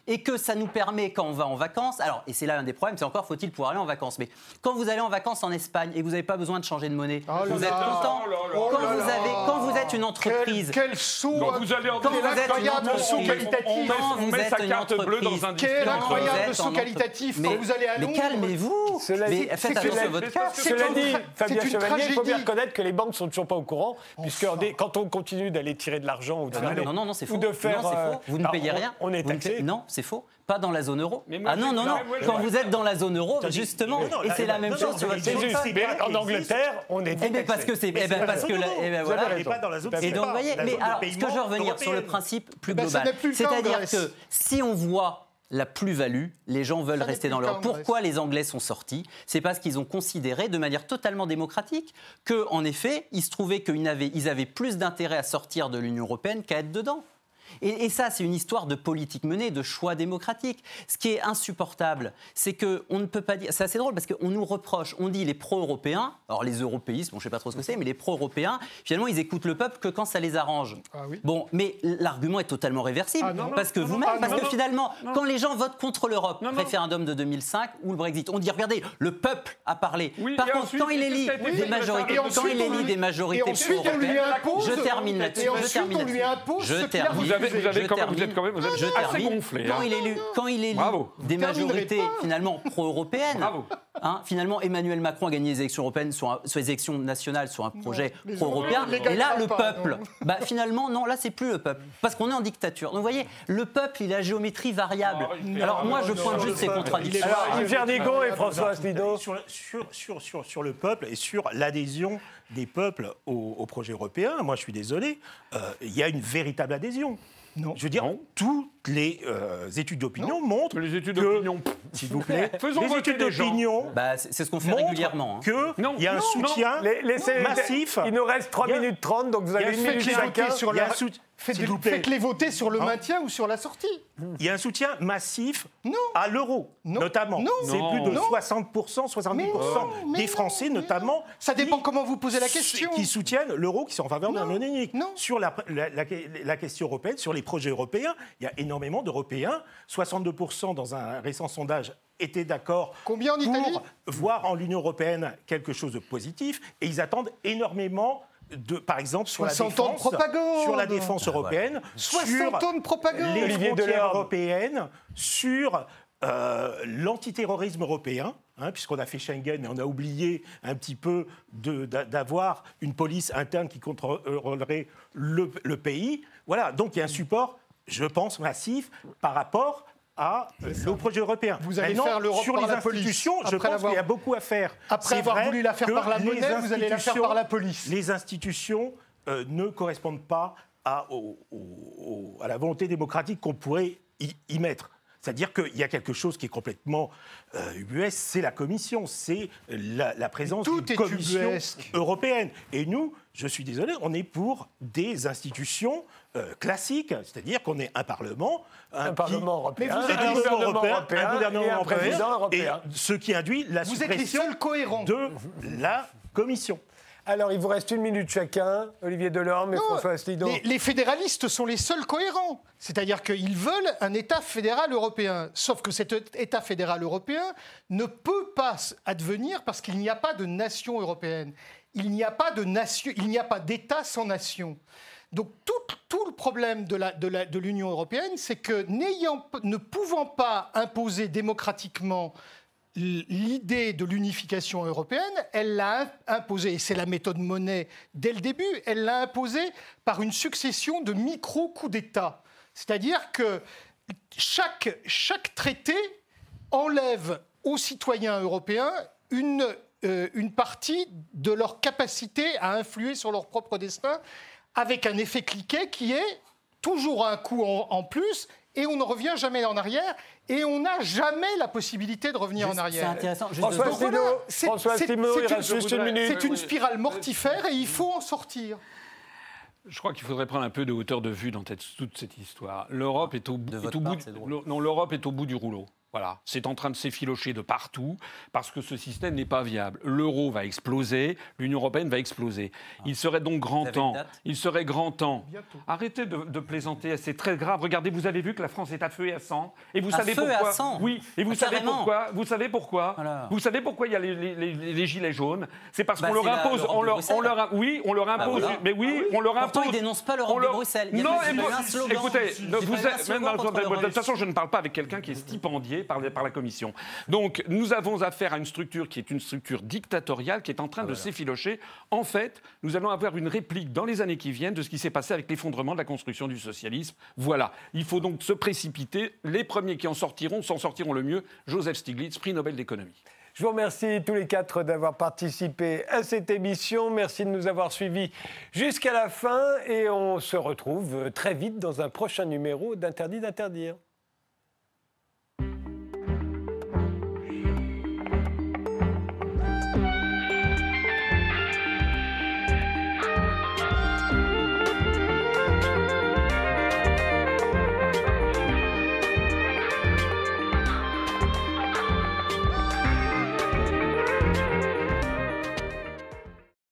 et que ça nous permet, quand on va en vacances, alors, et c'est là un des problèmes, c'est encore faut-il pouvoir aller en vacances, mais quand vous allez en vacances en Espagne et que vous n'avez pas besoin de changer de monnaie, Oh vous là êtes là. content. Oh là là. Quand, Oh là vous là. avez, quand vous êtes une entreprise... Quel, quel saut Donc vous allez en Quand vous Quel êtes une incroyable saut entreprise, qualitatif on met, Quand on vous met êtes sa une carte bleue dans entreprise, un Quel disque. incroyable êtes saut en qualitatif mais, quand vous allez à mais Londres. calmez-vous. Cela Mais dit, faites c'est- attention c'est- à votre cas. c'est Cela une dit, tra- Fabien c'est une Chevalier, il faut bien tragédie. reconnaître que les banques sont toujours pas au courant, puisque des- quand on continue d'aller tirer de l'argent ou de Ah faire non, des- non, non, non, c'est ou faux. de faire, non, c'est euh, faux. Vous ne bah, payez on- rien. on est Vous ne taxé. payez- Non, c'est faux. Pas dans la zone euro. Mais moi, Ah non, j'ai- non, non. moi, j'ai- Quand vous êtes dans la zone euro, Attendez, justement, mais non, et là, c'est la non, même non, chose non, sur mais votre C'est les juste, c'est mais pas- en il Angleterre, on est Eh bien, parce que c'est, Mais eh ben, c'est parce la que zone la- euro. eh ben, Vous voilà. avez raison. Pas dans la zone Et C E donc, P A, vous voyez, la mais zone de alors, ce que je veux paiement revenir sur le européenne. principe plus Eh ben, ça global, n'a plus le temps, c'est-à-dire Grèce. que si on voit la plus-value, les gens veulent Ça n'est rester plus dans le l'Europe. temps, Grèce. Pourquoi les Anglais sont sortis? C'est parce qu'ils ont considéré de manière totalement démocratique que, en effet, il se trouvait qu'ils avaient, ils avaient plus d'intérêt à sortir de l'Union européenne qu'à être dedans. Et, et ça, c'est une histoire de politique menée, de choix démocratique. Ce qui est insupportable, c'est qu'on ne peut pas dire... C'est assez drôle parce qu'on nous reproche, on dit les pro-européens, alors les européistes, bon, je ne sais pas trop ce que c'est, mais les pro-européens, finalement, ils écoutent le peuple que quand ça les arrange. Ah oui. Bon, mais l'argument est totalement réversible, Ah non, non, parce que non, vous-même, non, parce non, que non, finalement, non. quand les gens votent contre l'Europe, Non, non. référendum de deux mille cinq ou le Brexit, on dit, regardez, le peuple a parlé. Oui, Par et contre, ensuite, quand il qu'est-ce élit qui a été des fait majorités, Et quand ensuite, il on élit lui- des majorités et ensuite, on lui pro-européennes, impose- je termine là-dessus. Et je ensuite, termine on lui là-dessus. impose Je ce qu'il a termine. Vous avez, vous avez Je quand même, vous termine. êtes quand même, vous êtes Je assez termine. gonflé. Quand hein. il élit, quand il élit Bravo. des Vous terminerez majorités pas. finalement pro-européennes, Bravo. hein, finalement Emmanuel Macron a gagné les élections européennes sur, un- sur les élections nationales sur un projet les pro-européen. Européens, les Et là, gagnera le pas, peuple, non. bah, finalement, non, là, c'est plus le peuple. Parce qu'on est en dictature. Donc, vous voyez, le peuple, il a géométrie variable. Non, Alors, moi, je non, pointe non, juste le ces peuple, contradictions. il est- Alors, Yves Jernigon et François Asselineau. Sur, sur, sur, sur, sur, sur le peuple et sur l'adhésion des peuples au, au projet européen, moi je suis désolé, euh, il y a une véritable adhésion. Non. Je veux dire, toutes les euh, études d'opinion montrent Mais les études que, d'opinion. s'il vous plaît, Faisons les voter études les gens. d'opinion Bah, c'est c'est ce qu'on fait montrent régulièrement. hein. qu'il Non, y a un non, soutien Les- laissez- massif. Il nous reste trois Il y a- minutes trente, donc vous avez il y a une un minute soutien chacun. voté sur Il y a la- un sout- Faites- s'il vous plaît. Faites-les voter sur le Hein maintien ou sur la sortie. Il y a un soutien massif Non. à l'euro, Non. notamment. Non. C'est Non. plus de Non. soixante pour cent, soixante-dix pour cent Mais des non, Français, mais notamment. Ça dépend qui- comment vous posez la question. Qui soutiennent l'euro, qui sont en faveur d'un Non. monnaie unique. Non. Sur la, la- la- la question européenne, sur les projets européens, il y a énormément d'Européens. soixante-deux pour cent dans un récent sondage étaient d'accord Combien en Italie pour voir en l'Union européenne quelque chose de positif. Et ils attendent énormément. De, par exemple, sur la soixante ans de défense, propagande. sur la défense européenne, soixante sur ans de propagande. les Olivier frontières Delorme. européennes, sur euh, l'antiterrorisme européen, hein, puisqu'on a fait Schengen et on a oublié un petit peu de- d'a- d'avoir une police interne qui contrôlerait le, le pays. Voilà, donc il y a un support, je pense, massif par rapport à euh, le projet européen. Vous allez Maintenant, faire l'Europe sur par les la police, institutions, je après pense l'avoir- qu'il y a beaucoup à faire. Après C'est avoir vrai voulu la faire que par la les monnaie, vous allez la faire par la institutions- police. Les institutions euh, ne correspondent pas à, au- au- au- à la volonté démocratique qu'on pourrait y, y mettre. C'est-à-dire qu'il y a quelque chose qui est complètement euh, ubuesque, c'est la Commission, c'est la, la présence Tout d'une est Commission ubuesque. européenne. Et nous, je suis désolé, on est pour des institutions euh, classiques, c'est-à-dire qu'on est un Parlement, Un qui- Parlement européen, Mais vous êtes un un gouvernement européen, européen un gouvernement et un européen, président européen. et ce qui induit la Vous êtes les suppression seuls cohérents. de la Commission. Alors, il vous reste une minute chacun, Olivier Delorme et Non, François Asselineau. les, les fédéralistes sont les seuls cohérents. C'est-à-dire qu'ils veulent un État fédéral européen. Sauf que cet État fédéral européen ne peut pas advenir parce qu'il n'y a pas de nation européenne. Il n'y a pas de nation, il n'y a pas d'État sans nation. Donc tout, tout le problème de, la, de, la, de l'Union européenne, c'est que n'ayant, ne pouvant pas imposer démocratiquement l'idée de l'unification européenne, elle l'a imposée, et c'est la méthode Monnet dès le début, elle l'a imposée par une succession de micro-coups d'État. C'est-à-dire que chaque, chaque traité enlève aux citoyens européens une, euh, une partie de leur capacité à influer sur leur propre destin, avec un effet cliquet qui est toujours un coup en, en plus, et on ne revient jamais en arrière, et on n'a jamais la possibilité de revenir Juste, en arrière. C'est intéressant. Juste François deux- Asselineau, c'est- François c'est- Asselineau, c'est il une- reste juste une minute. C'est une spirale mortifère et il faut en sortir. Je crois qu'il faudrait prendre un peu de hauteur de vue dans cette- toute cette histoire. L'Europe est au, bout- De est votre au bout part, du- c'est drôle. non, l'Europe est au bout du rouleau. Voilà, c'est en train de s'effilocher de partout parce que ce système n'est pas viable. L'euro va exploser, l'Union européenne va exploser. Il serait donc grand temps, il serait grand temps. Bientôt. Arrêtez de, de plaisanter, c'est très grave. Regardez, vous avez vu que la France est à feu et à sang. Et vous à savez feu pourquoi et à sang. Oui, et vous ah, savez carrément. pourquoi Vous savez pourquoi voilà. Vous savez pourquoi il y a les, les, les, les gilets jaunes. C'est parce bah, qu'on leur impose, on leur, on leur, oui, on leur impose, bah, voilà. mais oui, on leur impose. Pourtant, ils dénoncent pas l'Europe leur... de Bruxelles. Il y a non, un slogan. Écoutez, vous êtes, même, de toute façon, je ne parle pas avec quelqu'un qui est stipendié par, par la Commission. Donc, nous avons affaire à une structure qui est une structure dictatoriale qui est en train ah, de voilà. s'effilocher. En fait, nous allons avoir une réplique dans les années qui viennent de ce qui s'est passé avec l'effondrement de la construction du socialisme. Voilà. Il faut donc se précipiter. Les premiers qui en sortiront s'en sortiront le mieux. Joseph Stiglitz, prix Nobel d'économie. Je vous remercie tous les quatre d'avoir participé à cette émission. Merci de nous avoir suivis jusqu'à la fin. Et on se retrouve très vite dans un prochain numéro d'Interdit d'interdire.